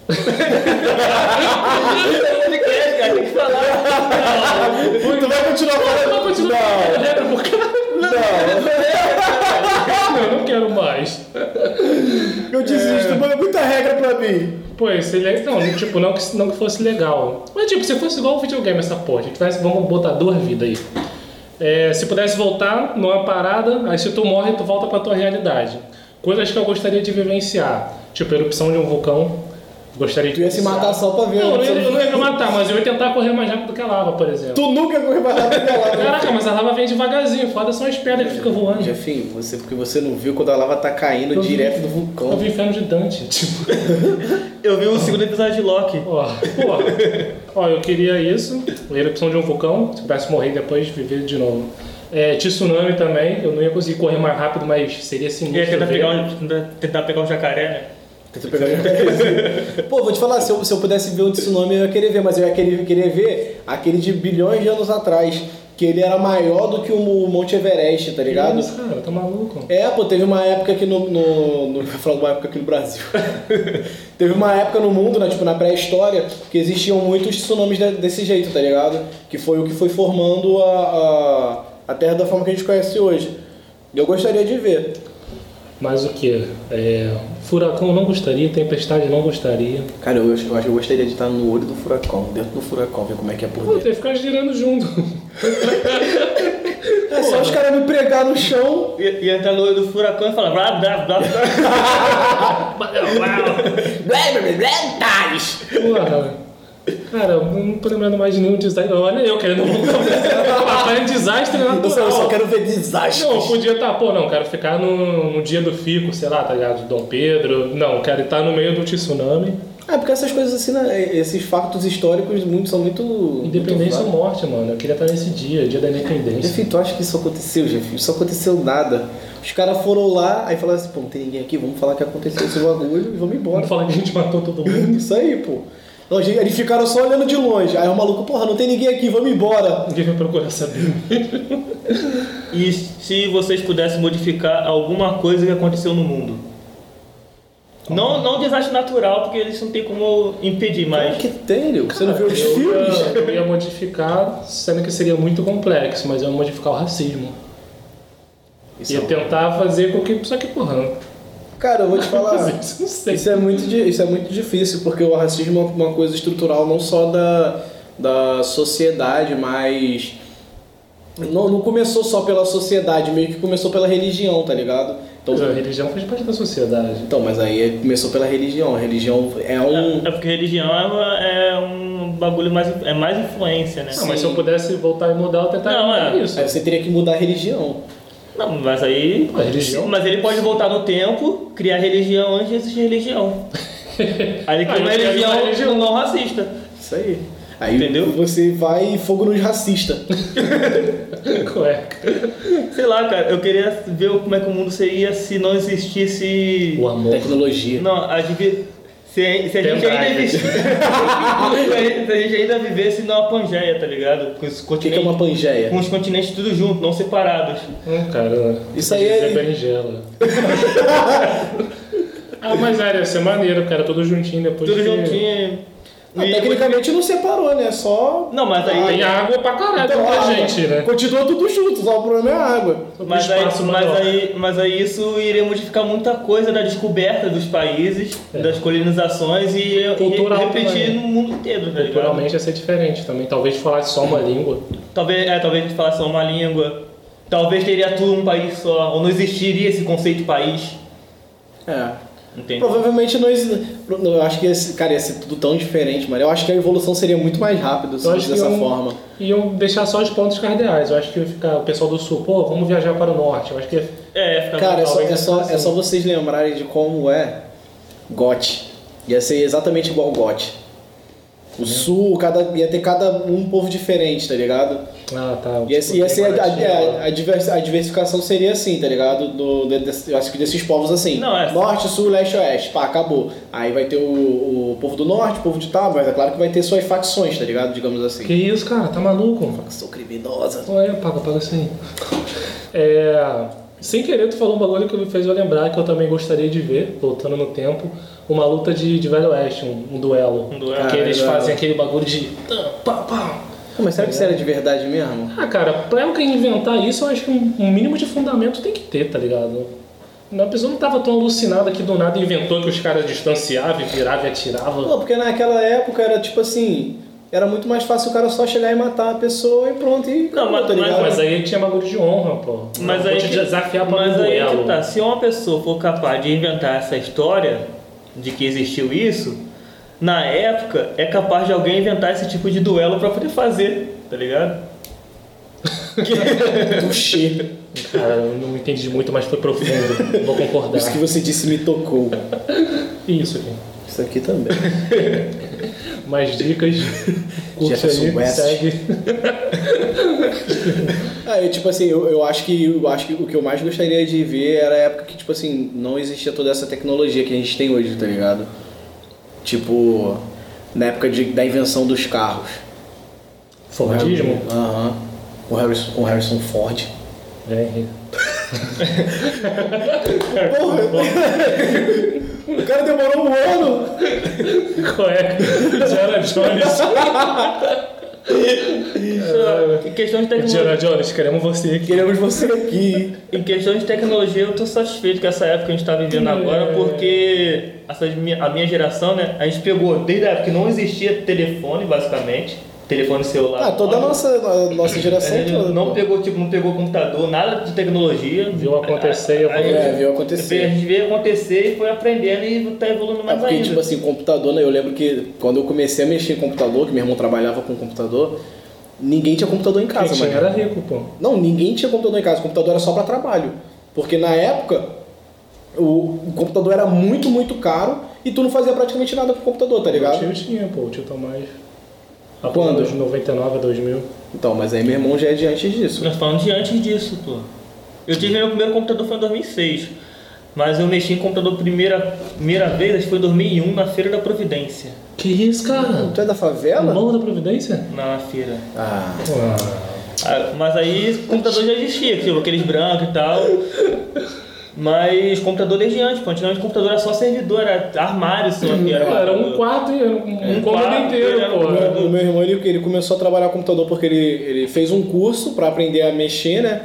Podcast, cara, tem que falar. Tu vai continuar falando? Vai continuar falando regra por cara. Não. Eu não quero mais. Eu desisto, mas é muita regra pra mim. Pô, esse le- não, tipo, não que, não que fosse legal. Mas tipo, se fosse igual um videogame essa porra, a gente tivesse, vamos botar duas vidas aí. É, se pudesse voltar numa parada, aí se tu morre, tu volta pra tua realidade. Coisas que eu gostaria de vivenciar, tipo erupção de um vulcão, Gostaria de Tu ia se matar só pra ver. Não, eu não, né? ia, eu não ia me matar, mas eu ia tentar correr mais rápido que a lava, por exemplo. Tu nunca correu mais rápido que a lava. Caraca, mas a lava vem devagarzinho, foda são as pedras que ficam voando. Jefinho, você, porque você não viu quando a lava tá caindo Eu direto vi- do vulcão. Eu vi Inferno de Dante, tipo. Eu vi o segundo episódio de Loki. Ó, porra. Ó, eu queria isso, a erupção de um vulcão, se pudesse morrer depois, viver de novo. É, tsunami também, eu não ia conseguir correr mais rápido, mas seria Ia sinistro. tentar ver. pegar, um, tentar pegar um jacaré, né? Tenta pegar o Pô, vou te falar, se eu, se eu pudesse ver o tsunami, eu ia querer ver, mas eu ia querer, querer ver aquele de bilhões de anos atrás, que ele era maior do que o Monte Everest, tá ligado? Que isso, cara, tá maluco? É, pô, teve uma época aqui no... no, no vou falar de uma época aqui no Brasil. Teve uma época no mundo, né, tipo, na pré-história, que existiam muitos tsunamis de, desse jeito, tá ligado? Que foi o que foi formando a, a, a Terra da forma que a gente conhece hoje. E eu gostaria de ver. Mas o que? É, furacão eu não gostaria, tempestade eu não gostaria. Cara, eu, acho- eu acho que eu gostaria de estar no olho do furacão, dentro do furacão, ver como é que é por Pô, dentro. tem que ficar girando junto. É só os caras me pregar no chão. Ia, ia entrar no olho do furacão e falar blá blá blá blá. Porra. Cara, eu não tô lembrando mais de nenhum desastre. Olha eu querendo passar em desastre Eu só, eu só natural. quero ver desastres. Não, eu podia estar, pô, não, quero ficar no, no dia do Fico, sei lá, tá ligado? Dom Pedro. Não, quero estar no meio do tsunami. É, porque essas coisas assim, né, esses fatos históricos muito, são muito... Independência ou muito morte, mano. Eu queria estar nesse dia, dia da independência. Jeff, tu acha que isso aconteceu, Jeff? Isso aconteceu nada. Os caras foram lá, aí falaram assim, pô, não tem ninguém aqui, vamos falar que aconteceu esse bagulho e vamos embora. Vamos falar que a gente matou todo mundo. Isso aí, pô. Não, gente, eles ficaram só olhando de longe. Aí o maluco, porra, não tem ninguém aqui, vamos embora. Ninguém vai procurar saber. E se vocês pudessem modificar alguma coisa que aconteceu no mundo? Não, não desastre natural, porque eles não tem como impedir, Como mas... que tem, Leo? Você não viu os eu filmes? Ia, eu ia modificar, sendo que seria muito complexo, mas eu ia modificar o racismo. Isso Ia é- tentar fazer com que. Só que, porra. Cara, eu vou te falar. Isso não sei. Isso é muito, di- isso é muito difícil, porque o racismo é uma coisa estrutural não só da, da sociedade, mas não, não começou só pela sociedade, meio que começou pela religião, tá ligado? Então, Mas a religião faz parte da sociedade. então mas aí começou pela religião. A religião é um... É porque religião é, uma- é um bagulho mais... é mais influência, né? Não, mas se eu pudesse voltar e mudar, eu tentaria Não, mudar é. isso. Aí você teria que mudar a religião. Não, mas aí... A religião? Mas ele pode voltar no tempo, criar religião antes de existir religião. Aí ele cria uma Aí ele cria uma religião, religião. não racista. Isso aí. Aí Entendeu? você vai e fogo nos racistas. Cueca. Sei lá, cara, eu queria ver como é que o mundo seria se não existisse... O amor. Tecnologia. Não, a gente... Se, se a gente ainda Pendrive. vivesse... se a gente- se a gente ainda vivesse numa Pangeia, tá ligado? Com os O que, continentes, que é uma pangeia? com os continentes tudo junto, não separados. Hum, cara. Isso aí é- é berinjela. Ah, mas é, deve ser maneiro, cara. Tudo juntinho depois. Tudo que- juntinho. Ah, E- tecnicamente não separou, né? Só... Não, mas aí... Tem água pra caralho Então, pra a água. gente, né? Continua tudo junto, só o problema é a água. Mas aí, Espaço mas, maior. aí, mas aí isso iria modificar muita coisa da descoberta dos países, É. das colonizações e, e Cultural repetir também. no mundo inteiro, tá ligado? Culturalmente ia ser diferente também. Talvez falasse só uma língua. Talvez, é, talvez a gente falasse uma língua, talvez teria tudo um país só, ou não existiria esse conceito de país. É. Entende? Provavelmente não exi- eu acho que esse, cara, ia ser tudo tão diferente, mano. Eu acho que a evolução seria muito mais rápida se Eu fosse acho que dessa iam- forma. Iam deixar só os pontos cardeais. Eu acho que ia ficar o pessoal do sul, pô, vamos viajar para o norte. Eu acho que ia... É, fica Cara, é só, talvez é, só, assim. é só vocês lembrarem de como é G O T. Ia ser exatamente igual o G O T. O sul, cada, ia ter cada um povo diferente, tá ligado? Ah, tá. Ia, Tipo, ia tem ser a, Guaratinga a, lá. a, divers- a diversificação seria assim, tá ligado? Do, de- desse- eu acho que desses povos assim. Não, é- Norte, sul, leste, oeste. Pá, acabou. Aí vai ter o, o povo do norte, o povo de tal, mas é claro que vai ter suas facções, tá ligado? Digamos assim. Que isso, cara? Tá maluco? Facção criminosa. Olha, paga, paga isso aí. É, sem querer, tu falou um bagulho que me fez eu lembrar que eu também gostaria de ver, voltando no tempo, uma luta de, de Velho Oeste, um, um duelo. Um duelo. Que Ah, eles duelo. fazem aquele bagulho de... ah, pá, pá. Pô, mas será que isso era de verdade mesmo? Ah, cara, pra alguém inventar isso, eu acho que um, um mínimo de fundamento tem que ter, tá ligado? A pessoa não tava tão alucinada que do nada inventou que os caras distanciavam e viravam e atiravam. Pô, porque naquela época era tipo assim... Era muito mais fácil o cara só chegar e matar a pessoa e pronto, e Não, acabou, mas- tá ligado? Mas aí tinha bagulho de honra, pô. Mas Vou aí, te que- desafiar pra mas um aí duelo. que tá, se uma pessoa for capaz de inventar essa história de que existiu isso, na época, é capaz de alguém inventar esse tipo de duelo pra poder fazer, tá ligado? Tuxê. Cara, eu não entendi muito, mas foi profundo. Vou concordar. Isso que você disse me tocou. Isso aqui. Isso aqui também. Mais dicas. Curte Jefferson aí, West. segue. Ah, eu, tipo assim, eu, eu acho que eu acho que o que eu mais gostaria de ver era a época que, tipo assim, não existia toda essa tecnologia que a gente tem hoje, tá ligado? Tipo, na época de, da invenção dos carros. Fordismo? Aham. Com Harrison, com Harrison Ford. É, Porra! O cara demorou um ano! qual é? Indiana Jones. Em questão de Indiana tecnologia, Jones, queremos você aqui. Queremos você aqui. em questão de tecnologia, eu tô satisfeito com essa época que a gente tá vivendo É. agora, porque essa minha, a minha geração, né, a gente pegou desde a época que não existia telefone, basicamente, telefone celular. Ah, toda a nossa, a nossa geração A gente toda. não pô. pegou, tipo, não pegou computador, nada de tecnologia. Viu acontecer e A- a- a evoluir. gente- É, viu acontecer. A gente veio acontecer e foi aprendendo e tá evoluindo É mais porque, ainda. tipo assim, computador, né? Eu lembro que quando eu comecei a mexer em computador, que meu irmão trabalhava com computador, ninguém tinha computador em Quem casa, tinha mano. era rico, pô. Não, ninguém tinha computador em casa. O computador era só pra trabalho. Porque na época, o, o computador era muito, muito caro e tu não fazia praticamente nada com o computador, tá O ligado? tio tinha, pô, o tio Tomás. Quando? De noventa e nove a dois mil. Então, mas aí meu irmão já é de antes disso. Nós falamos de antes disso, pô. Eu tive meu primeiro computador foi em dois mil e seis. Mas eu mexi em computador primeira, primeira vez, acho que foi em dois mil e um, na Feira da Providência. Que isso, cara? Tu é da favela? Morro da Providência? Na feira. Ah, Ah, mas aí computador já existia, tipo, aqueles brancos e tal. Mas computador desde antes, pô. Antigamente computador era só servidor, era armário só que era. Era um quarto e era um, um Um cômodo quarto, inteiro, era pô. um o meu, o meu irmão, ele, ele começou a trabalhar com computador porque ele, ele fez um curso pra aprender a mexer, né?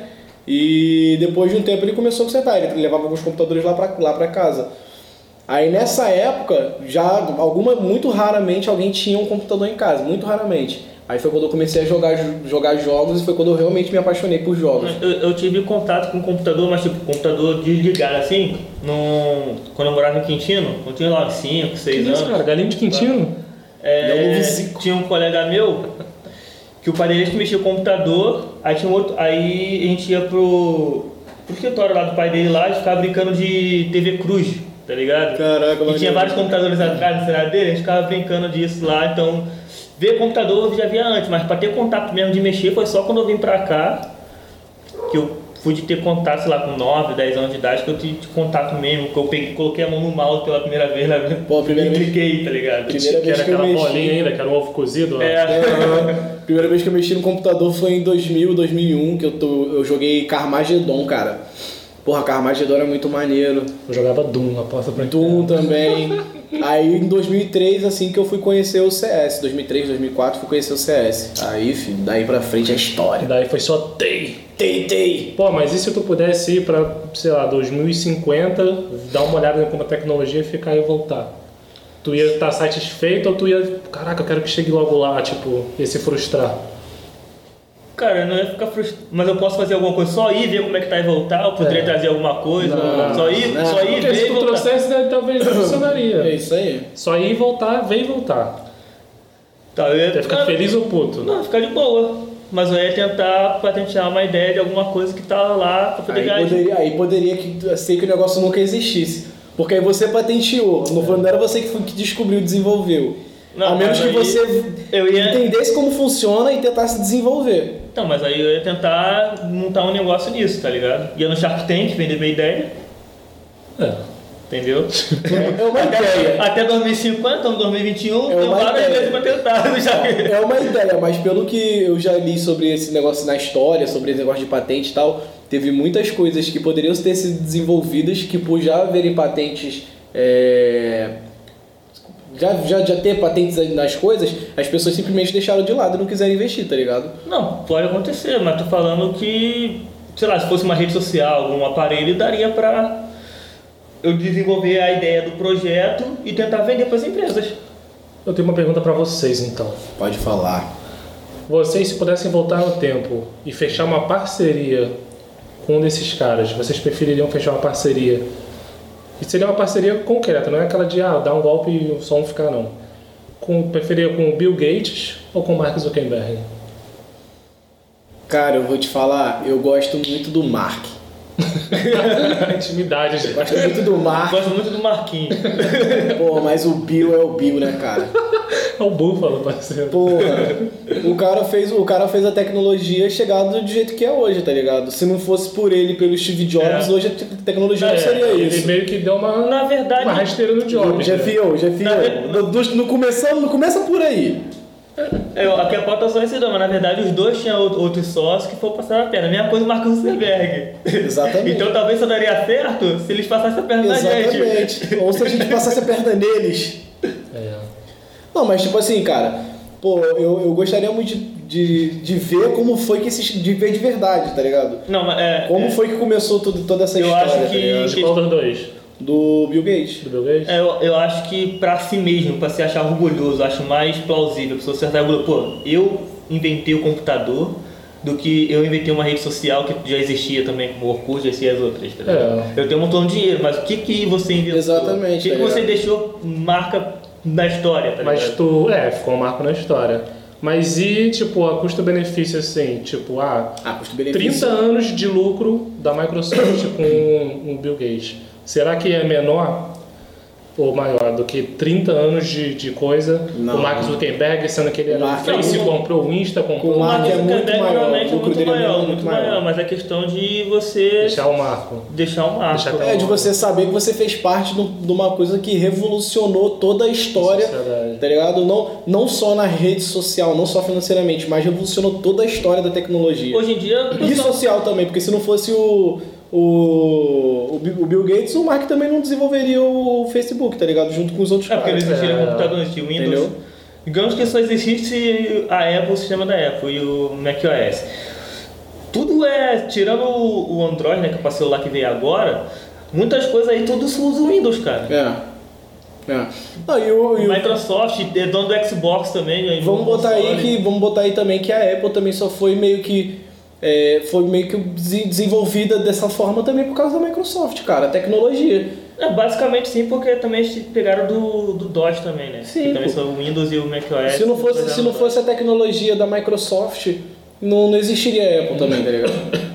E depois de um tempo ele começou a consertar. Ele levava alguns computadores lá pra, lá pra casa. Aí nessa época, já alguma, muito raramente alguém tinha um computador em casa, muito raramente. Aí foi quando eu comecei a jogar, jogar jogos e foi quando eu realmente me apaixonei por jogos. Eu, eu tive contato com computador, mas tipo, computador desligado assim, no, quando eu morava em Quintino, eu tinha lá cinco, Que seis anos. isso, cara? Galinho de Quintino? É, Ele é um vizico. tinha um colega meu que o pai dele que mexia com o computador, aí tinha um outro, aí a gente ia pro, pro escritório lá do pai dele lá e ficava brincando de T V Cruz, tá ligado? Caraca, E tinha maneiro. vários computadores atrás no cenário dele, a gente ficava brincando disso lá, então ver computador eu já via antes, mas pra ter contato mesmo de mexer foi só quando eu vim pra cá, que eu pude ter contato, sei lá, com nove, dez anos de idade, que eu tive contato mesmo, que eu peguei, coloquei a mão no mouse pela primeira vez, né? Pô, a primeira e vez- cliquei, tá ligado? Primeira Que vez era que eu aquela mexi. bolinha ainda, que era um ovo cozido. ó. É. Aham. Primeira vez que eu mexi no computador foi em dois mil, dois mil e um, que eu, tô, eu joguei Carmageddon, cara. Porra, Carmageddon é muito maneiro. Eu jogava Doom, aposta pra Doom também. Aí em dois mil e três, assim que eu fui conhecer o C S. dois mil e três, dois mil e quatro, fui conhecer o C S. Aí, filho, daí pra frente é história. Daí foi só T. Tei, tei. Pô, mas e se tu pudesse ir pra, sei lá, dois mil e cinquenta, dar uma olhada em como a tecnologia e ficar e voltar? Tu ia estar satisfeito ou tu ia, caraca, eu quero que chegue logo lá, tipo, ia se frustrar? Cara, eu não ia ficar frustrado. Mas eu posso fazer alguma coisa, só ir ver como é que tá e voltar, eu poderia É. trazer alguma coisa, Não, só ir, não. só ir, Porque ver se e tu voltar. trouxesse, né, talvez não É funcionaria. isso aí. Só ir e voltar, ver e voltar. Tá, eu ia Ia ficar feliz ou puto? Não, ia ficar de boa. Mas eu ia tentar patentear uma ideia de alguma coisa que tá lá pra poder Aí ganhar. poderia, aí poderia que, ser que o negócio nunca existisse. Porque aí você patenteou, não, foi- não era você que, foi, que descobriu, desenvolveu. Não, a menos mas que aí você eu ia- entendesse como funciona e tentasse desenvolver. Então, mas aí eu ia tentar montar um negócio nisso, tá ligado? Ia no Shark Tank vender minha ideia, É. entendeu? É uma ideia. Até dois mil e cinquenta, estamos em dois mil e vinte e um, É tem uma várias ideia. vezes pra tentar no Shark Tank. É uma ideia, mas pelo que eu já li sobre esse negócio na história, sobre esse negócio de patente e tal, teve muitas coisas que poderiam ter sido desenvolvidas que por já haverem patentes, é, já, já, já ter patentes nas coisas, as pessoas simplesmente deixaram de lado e não quiseram investir, tá ligado? Não, pode acontecer, mas tô falando que, sei lá, se fosse uma rede social, algum aparelho, daria pra eu desenvolver a ideia do projeto e tentar vender para as empresas. Eu tenho uma pergunta pra vocês, então. Pode falar. Vocês, se pudessem voltar no tempo e fechar uma parceria com um desses caras, vocês prefeririam fechar uma parceria? E seria uma parceria concreta, não é aquela de ah, dar um golpe e só um ficar, não. com, preferia com o Bill Gates ou com o Mark Zuckerberg? Cara, eu vou te falar, eu gosto muito do Mark. Intimidade, gente. Gosto muito do Mark. Gosto muito do Marquinhos. Pô, mas o Bill é o Bill, né, cara? É o Búfalo, parceiro. Porra, o cara fez, o cara fez a tecnologia chegar do jeito que é hoje, tá ligado? Se não fosse por ele, pelo Steve Jobs, É. hoje a te- tecnologia não É, seria ele isso. meio que deu uma, Na verdade- uma rasteira no Jobs. Já né? viu, já viu. Na- No, no, no começo, não começa por aí. É, aqui a pauta só esse não, mas na verdade os dois tinham out- outros sócios que foram passar a perna. A mesma coisa o Mark Zuckerberg. Exatamente. Então talvez só daria certo se eles passassem a perna na gente. Exatamente. Ou se a gente passasse a perna neles. É. Não, mas tipo assim, cara, pô, eu, eu gostaria muito de, de, de ver como foi que esses. De ver de verdade, tá ligado? Não, mas é. Como é, foi que começou tudo, toda essa Eu história, acho tá que- ligado? De qual dos dois? Do Bill Gates. Do Bill Gates? é, eu, eu acho que pra si mesmo, pra se achar orgulhoso, eu acho mais plausível. A pessoa se achar orgulhoso. Pô, eu inventei o computador do que eu inventei uma rede social que já existia também, como o Orkut e as outras, tá ligado? É. Eu tenho um montão de dinheiro, mas o que que você inventou? Exatamente, O que, tá que você ligado? deixou marca na história, tá Mas ligado? tu. É, ficou um marco na história. Mas e, tipo, a custo-benefício assim? Tipo, ah, Ah, custo-benefício. trinta anos de lucro da Microsoft com o Bill Gates. Será que é menor ou maior do que trinta anos de, de coisa? Não. O Mark Zuckerberg, sendo que ele era o Mark- Face, não. comprou o Insta, comprou Com o o Mark Mark, é muito Zuckerberg maior, realmente o é lucro muito dele é maior, muito muito maior. maior, mas é questão de você deixar o marco. deixar um marco. Deixar É, de você saber que você fez parte do- de uma coisa que revolucionou toda a história, Sociedade. tá ligado? Não, não só na rede social, não só financeiramente, mas revolucionou toda a história da tecnologia. Hoje em dia, o E pessoal- social também, porque se não fosse o, o, o Bi- o Bill Gates, o Mark também não desenvolveria o Facebook, tá ligado? Junto com os outros é porque não caras. existiria É. computador, não existia o Windows. Entendeu? Digamos que só existisse a Apple, o sistema da Apple e o macOS. Tudo é, tirando o o Android, né, que é o celular que veio agora, muitas coisas aí tudo se usa o Windows, cara. É. É. Não, e o, e o- Microsoft é dono do Xbox também. né, vamos no botar aí console. que vamos botar aí também que a Apple também só foi meio que é, foi meio que desi- desenvolvida dessa forma também por causa da Microsoft, cara, a tecnologia. É, basicamente sim, porque também eles pegaram do, do DOS também, né? Sim, Que também pô. são o Windows e o macOS. Se não fosse, se não do fosse a tecnologia da Microsoft, não, não existiria a Apple também, tá ligado?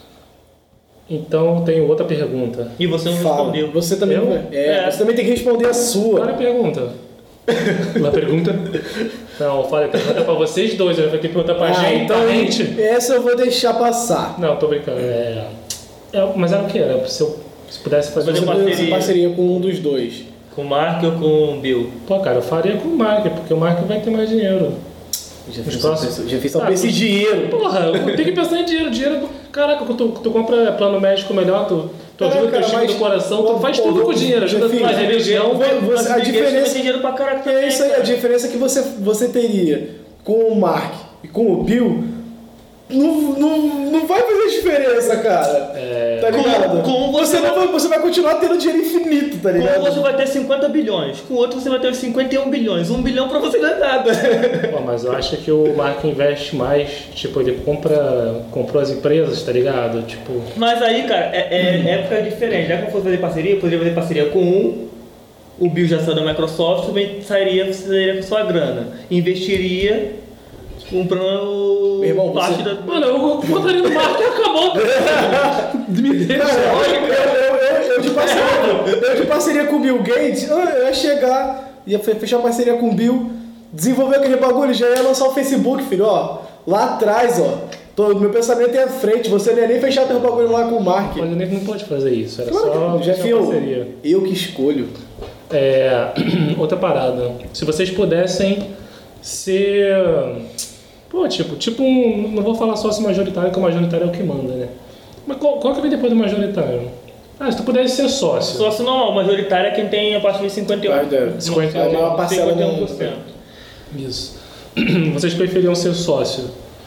Então, tenho outra pergunta. DOS. E você não Fala. respondeu. Você também, Eu? é, É. você também tem que responder a Qual é a sua. pergunta? Uma pergunta? Não, fala, pergunta pra vocês dois, eu vou ter que perguntar pra Ah, gente. então pra gente. essa eu vou deixar passar. Não, tô brincando. É, é, mas era o que? Era se eu se pudesse fazer Fazer uma uma- Você parceria. parceria com um dos dois. Com o Mark ou com o Bill? Pô, cara, eu faria com o Mark, porque o Mark vai ter mais dinheiro. Já Os fiz, próximos- só, já fiz só Ah, pra esse os- dinheiro. Porra, eu tenho que pensar em dinheiro. Dinheiro, caraca, tu, tu compra plano médico melhor, tu, tu ajuda o teu Cara, time mas- do coração, tu faz Pô, tudo com vou- dinheiro, ajuda Enfim, a religião. vou- você- Mas a ninguém diferença- também tem dinheiro pra caralho É também, isso aí, a cara. diferença é que você, você teria com o Mark e com o Bill não, não, não vai fazer diferença, cara. É, Tá ligado? Com- com você, você não vai, você vai continuar tendo dinheiro infinito, tá Com um ligado? você vai ter cinquenta bilhões, com o outro você vai ter cinquenta e um bilhões. Um bilhão pra você não é nada. pô, mas eu acho que o Mark investe mais, tipo, ele compra, comprou as empresas, tá ligado? Tipo, Mas aí, cara, é, é época diferente. Já que eu fosse fazer parceria, eu poderia fazer parceria com um. O Bill já saiu da Microsoft, também sairia, sairia com sua grana. Investiria comprando Meu irmão, parte você- da. mano, eu botaria no Mark e acabou. Me deixa. Cara, eu, eu, eu, eu de parceria, eu de parceria com o Bill Gates, eu eu ia chegar, ia fe- fechar parceria com o Bill, desenvolver aquele bagulho, já ia lançar o Facebook, filho, ó. Lá atrás, ó. Tô, meu pensamento é à frente, você não ia nem fechar teu bagulho lá com o Mark. Mas ele não pode fazer isso, era Claro só que- fechar Jefinho, parceria. eu que escolho. É, outra parada. Se vocês pudessem ser. Pô, tipo, tipo um. Não vou falar sócio majoritário, porque o majoritário é o que manda, né? Mas qual, qual que vem depois do majoritário? Ah, se tu pudesse ser sócio. Sócio normal, majoritário é quem tem a partir de cinquenta e um por cento. cinquenta e um É a maior parcela cinquenta e um por do- cento. Isso. Vocês preferiam ser sócio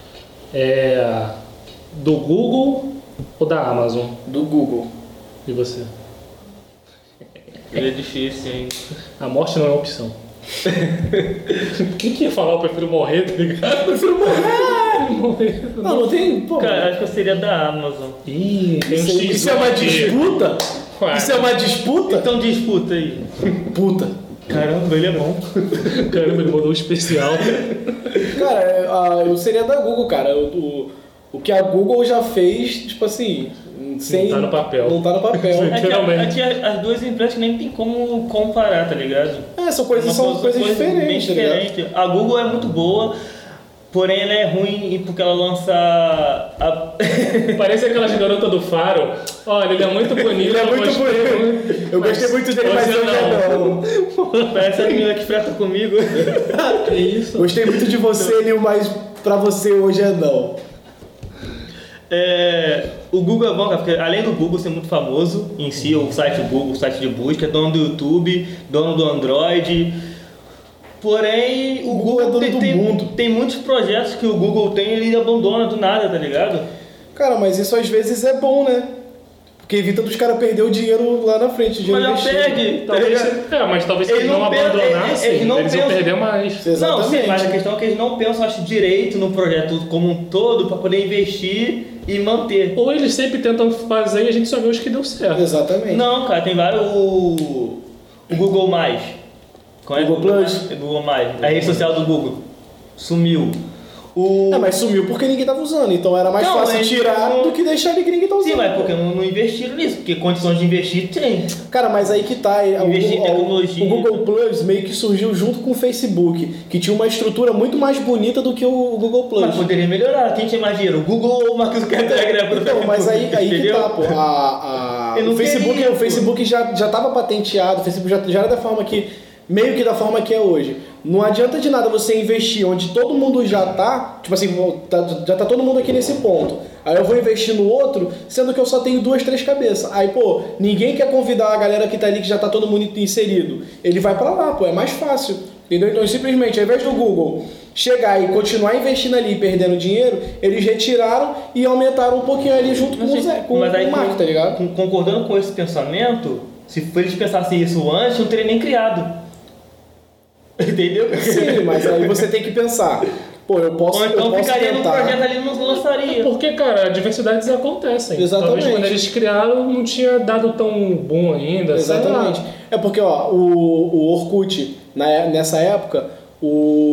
é, do Google ou da Amazon? Do Google. E você? Ele é difícil, hein? A morte não é opção. Quem que ia falar eu prefiro morrer, tá ligado? Eu prefiro morrer! morrer. Não, não tem. Pô, Cara, acho que eu seria da Amazon. Ih, tem um isso, X isso é uma aqui. disputa? Ué. Isso é uma disputa? Então disputa aí. Puta. Caramba, ele é bom. Caramba, ele mandou um especial. Cara, a- eu seria da Google, cara. O, o, o que a Google já fez, tipo assim, sem... tá no papel. Não tá no papel. É que, Literalmente. é que as duas empresas que nem tem como comparar, tá ligado? É, são coisas, Uma são coisa- coisas coisa diferentes, bem tá ligado? diferente. A Google é muito boa, porém ela é ruim porque ela lança a... Parece aquelas garotas do Faro. Olha, ele é muito bonito. Ele é eu muito gostei bonito. muito, Eu gostei muito dele, mas você hoje não. Parece a menina que freta comigo. Que isso? Gostei muito de você, Nil, mas pra você hoje é não. É, o Google é bom, cara, porque além do Google ser muito famoso em si, o site do Google, o site de busca, é dono do YouTube, dono do Android. Porém, o, O Google é dono tem, do tem, mundo. tem muitos projetos que o Google tem e ele abandona do nada, tá ligado? Cara, mas isso às vezes é bom, né? Porque evita dos caras perder o dinheiro lá na frente, o dinheiro Mas já investido. perde, tá Talvez, ligado? é, mas talvez se Ele eles não, não pensa- abandonassem, ele- ele não eles iam pensa- perder mais. Exatamente. Não, sim, mas a questão é que eles não pensam, acho, direito no projeto como um todo para poder investir e manter. Ou eles sempre tentam fazer e a gente só vê os que deu certo. Exatamente. Não, cara, tem vários. O, o Google Mais. Qual é? Google Plus? É Google Mais. A rede social do Google. Sumiu. O... É, mas sumiu porque ninguém tava usando, então era mais Não, fácil mas- tirar do que deixar ali que ninguém tá usando. Sim, mas porque não, não investiram nisso, porque condições de investir tem. Cara, mas aí que tá, o, Investir em Google- tecnologia. o Google Plus meio que surgiu junto com o Facebook, que tinha uma estrutura muito mais bonita do que o Google Plus. Mas poderia melhorar. Quem tinha mais dinheiro? O Google ou o Mark Zuckerberg? Né, pro Então, mas aí, aí que entendeu? tá, pô. A, a- Eu não o Facebook, queria, o Facebook já, já tava patenteado, o Facebook já, já era da forma que, meio que da forma que é hoje. Não adianta de nada você investir onde todo mundo já tá, tipo assim, tá- já tá todo mundo aqui nesse ponto. Aí eu vou investir no outro, sendo que eu só tenho duas, três cabeças. Aí, pô, ninguém quer convidar a galera que tá ali, que já tá todo mundo inserido. Ele vai pra lá, pô, é mais fácil. Entendeu? Então, simplesmente, ao invés do Google chegar e continuar investindo ali e perdendo dinheiro, eles retiraram e aumentaram um pouquinho ali junto com, o Zé, com, Mas aí, com o Mark, tá ligado? con- concordando com esse pensamento, se eles pensassem isso antes, não teria nem criado. Entendeu? Sim, mas aí você tem que pensar, pô, eu posso, Ou então eu posso ficaria no tentar. projeto ali e não lançaria. Porque, cara, diversidades acontecem. Exatamente. Talvez quando eles criaram não tinha dado tão bom ainda. sei lá. Exatamente. É porque, ó, o, o Orkut, na, é- nessa época, o,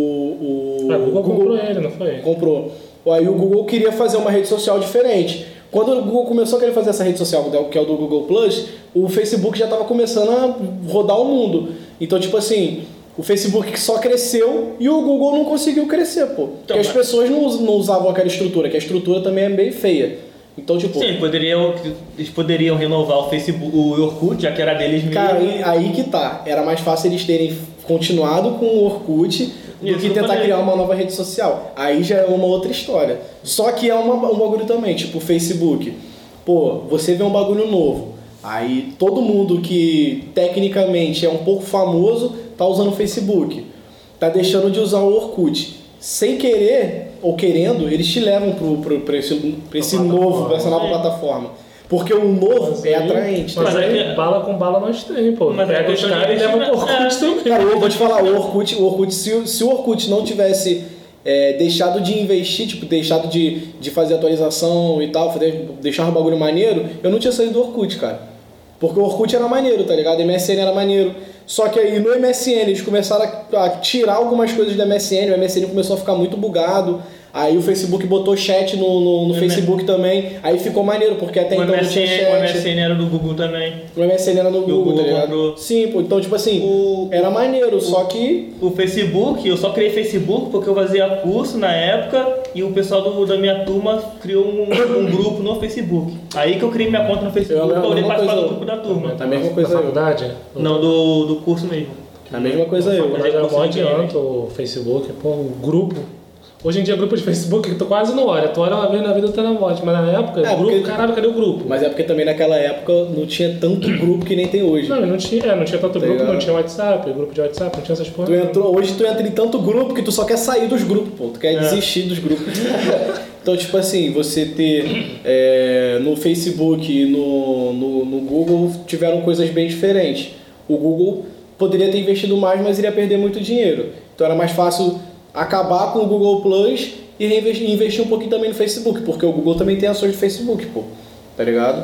o A Google, comprou ele, não foi? comprou. Aí o Google queria fazer uma rede social diferente. Quando o Google começou a querer fazer essa rede social, que é o do Google Plus, o Facebook já estava começando a rodar o mundo. Então, tipo assim, o Facebook só cresceu e o Google não conseguiu crescer, pô. Porque Então, as mas- pessoas não, us- não usavam aquela estrutura, que a estrutura também é bem feia. Então, tipo... Sim, poderiam, eles poderiam renovar o Facebook, o Orkut, já que era deles mesmo. Cara, aí, aí que tá. Era mais fácil eles terem continuado com o Orkut do Isso, que tentar poderia. criar uma nova rede social. Aí já é uma outra história. Só que é uma, um bagulho também, tipo o Facebook. Pô, você vê um bagulho novo. Aí todo mundo que tecnicamente é um pouco famoso tá usando o Facebook. Tá deixando de usar o Orkut. Sem querer ou querendo, eles te levam pro, pro, pra esse, pra esse novo, pra essa nova É. plataforma. Porque o novo Mas é aí- atraente. tá Mas Mas aí, aí- bala com bala nós tem, pô. Mas Pega é os questão de caras e leva pro investimento. Orkut também. Cara, eu vou te falar, o Orkut, o Orkut se, o- se o Orkut não tivesse é, deixado de investir, tipo, deixado de, de fazer atualização e tal, fazer, deixar um bagulho maneiro, eu não tinha saído do Orkut, cara. Porque o Orkut era maneiro, tá ligado? O M S N era maneiro. Só que aí no M S N eles começaram a, a tirar algumas coisas do M S N, o M S N começou a ficar muito bugado. Aí o Facebook botou chat no, no, no O Facebook também. Aí ficou maneiro, porque até O então não tinha M S N, chat. o M S N era do Google também. O M S N era no E o Google, Google tá ligado? comprou. Sim, pô. Então, tipo assim, O- era maneiro, só que... O Facebook, eu só criei Facebook porque eu fazia curso na época e o pessoal do, da minha turma criou um, um grupo no Facebook. Aí que eu criei minha conta no Facebook Eu- pra a poder mesma participar coisa- do grupo da turma. A mesma coisa Da eu. faculdade? Não, do, do curso mesmo. A mesma coisa eu. Mas era mó adianto o Facebook, pô, o grupo. Hoje em dia, grupo de Facebook, tu quase não olha. Tu olha uma vez na vida, tu tá na morte. Mas na época, É, grupo, porque- caralho, cadê o grupo? Mas é porque também naquela época não tinha tanto grupo que nem tem hoje. Não, não tinha, é, não tinha tanto Tá grupo, ligado? não tinha WhatsApp, grupo de WhatsApp, não tinha essas Tu porra. entrou, hoje tu entra em tanto grupo que tu só quer sair dos grupos, pô. Tu quer É. desistir dos grupos. Então, tipo assim, você ter é, no Facebook e no, no, no Google tiveram coisas bem diferentes. O Google poderia ter investido mais, mas iria perder muito dinheiro. Então era mais fácil acabar com o Google Plus e reinvestir, investir um pouquinho também no Facebook, porque o Google também tem ações de Facebook, pô. Tá ligado?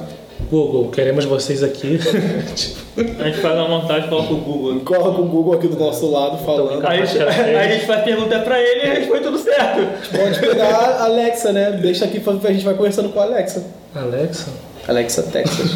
Google, queremos vocês aqui. Tipo, A gente faz uma montagem e coloca o Google. Coloca o Google aqui do nosso lado falando. Então, Aí a gente, aí a gente faz pergunta pra ele e responde tudo certo. Pode pegar a Alexa, né? Deixa aqui, a gente vai conversando com a Alexa. Alexa? Alexa Texas.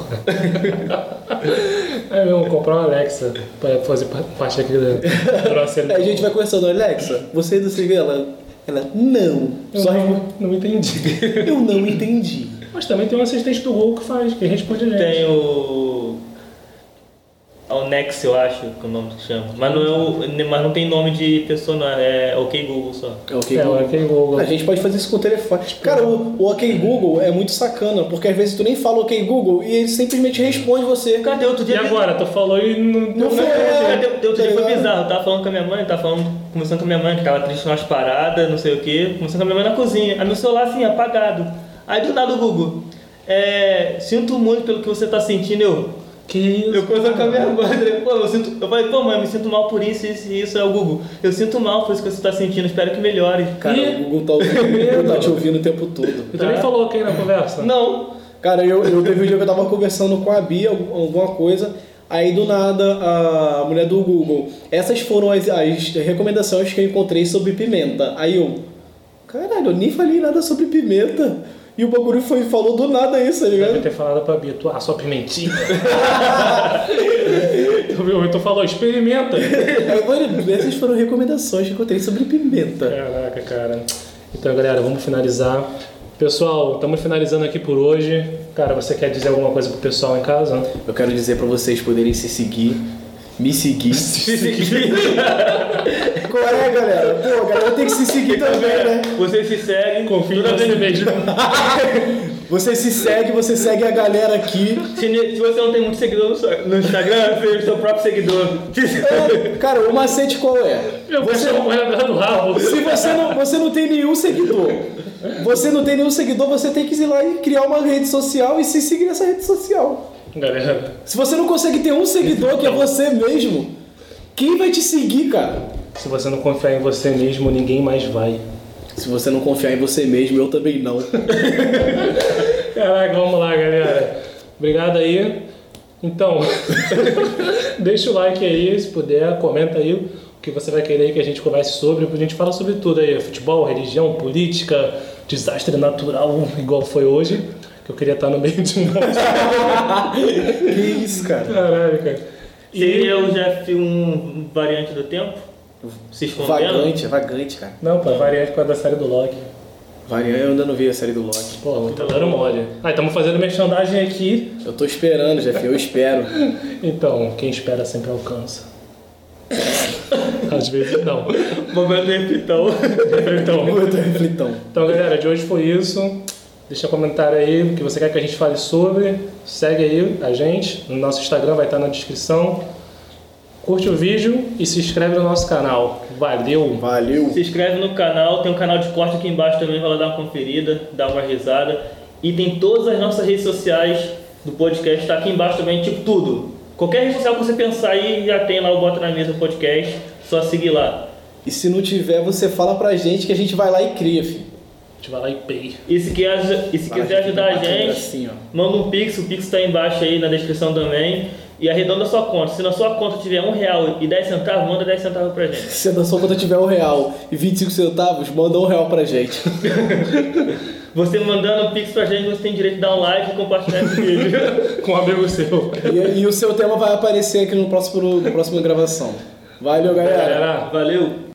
É mesmo, comprar uma Alexa pra fazer parte aqui da nossa. Aí a gente vai conversando, Alexa, você não sei ela. Ela, não. Eu Só não, não entendi. eu não entendi. Mas também tem um assistente do Google que faz, que responde a gente. Tem o... o Nex, eu acho, que é o nome que chama. Mas não, é o... mas não tem nome de pessoa, não. É OK Google só. É ok, É, Google. o OK Google. A gente pode fazer isso com o telefone. Cara, o, o OK Google é muito sacana, porque às vezes tu nem fala OK Google e ele simplesmente responde você. Cadê outro E dia? agora? Tu falou e não... Não foi, É, é. deu, deu, Tá foi ligado? bizarro, eu tava falando com a minha mãe, tava falando, conversando com a minha mãe, que tava triste com umas paradas, não sei o que, conversando com a minha mãe na cozinha, aí meu celular assim, apagado. Aí do nada o Google, é, sinto muito pelo que você tá sentindo, eu, Que isso? eu conversando com a minha mãe, pô, eu sinto, eu falei, pô mãe, eu me sinto mal por isso, isso e isso, é o Google, eu sinto mal por isso que você tá sentindo, espero que melhore. Cara, Ih, o Google tá, ouvindo, tá te ouvindo o tempo todo. E tu nem falou OK na conversa? Não, Cara, eu, eu teve um dia que eu tava conversando com a Bia, alguma coisa, aí do nada a mulher do Google, essas foram as, as recomendações que eu encontrei sobre pimenta. Aí eu, caralho, eu nem falei nada sobre pimenta. E o bagulho foi, falou do nada isso, tá Deve ligado? ter falado pra Bia, tu, ah, só pimentinha. Tu viu? Tu falou, experimenta. Aí, mano, essas foram recomendações que eu encontrei sobre pimenta. Caraca, cara. Então, galera, vamos finalizar. Pessoal, estamos finalizando aqui por hoje. Cara, você quer dizer alguma coisa pro pessoal em casa? Eu quero dizer pra vocês poderem se seguir, me seguir. Qual é, galera? Pô, a galera tem que se seguir também, né? você se segue, Confio em toda você vez- mesmo. Você se segue, você segue a galera aqui. Se, ne- se você não tem muito seguidor no, no Instagram, seja o seu próprio seguidor. É, cara, o macete qual é? Eu vou Você, chamar o Renan do rabo. se você não, você não tem nenhum seguidor, você não tem nenhum seguidor, você tem que ir lá e criar uma rede social e se seguir nessa rede social. Galera, Se você não consegue ter um seguidor que é você mesmo, quem vai te seguir, cara? se você não confiar em você mesmo, ninguém mais vai. Se você não confiar em você mesmo, eu também não. Caraca, vamos lá, galera. Obrigado aí. Então, deixa o like aí, se puder, comenta aí o que você vai querer que a gente converse sobre. A gente fala sobre tudo aí, futebol, religião, política, desastre natural, igual foi hoje, que eu queria estar no meio de um monte. Que isso, cara? Caralho, cara. Seria o Jeff um variante do tempo? Se escondendo? Vagante, é vagante, cara. Não, pô, variante por causa da série do Loki. Variante, eu ainda não vi a série do Loki. Pô, não tá dando mole. Ah, estamos fazendo merchandising aqui. Eu tô esperando, Jeff, eu espero. Então, quem espera sempre alcança. Às vezes não. Momento do refitão. Então, Eu tô reflitão. então, galera, de hoje foi isso. Deixa um comentário aí o que você quer que a gente fale sobre. Segue aí a gente. No nosso Instagram vai estar na descrição. Curte o vídeo e se inscreve no nosso canal. Valeu! Valeu. Se inscreve no canal, tem um canal de corte aqui embaixo também, vai lá dar uma conferida, dar uma risada. E tem todas as nossas redes sociais do podcast, tá aqui embaixo também, tipo tudo. Qualquer rede social que você pensar aí, já tem lá o Bota na Mesa podcast, só seguir lá. E se não tiver, você fala pra gente que a gente vai lá e cria, filho. A gente vai lá e pay. E se, quer, e se Vai, quiser ajudar a fica bacana gente, assim, ó. manda um pix, o pix tá aí embaixo aí na descrição também. E arredonda a sua conta. Se na sua conta tiver um real e dez centavos, manda dez centavos pra gente. Se na sua conta tiver um real e vinte e cinco centavos, manda um real pra gente. Você mandando um pix pra gente, você tem direito de dar um like e compartilhar esse vídeo. Com um amigo seu. E, e o seu tema vai aparecer aqui no próximo, no próximo gravação. Valeu, galera. Galera, Valeu!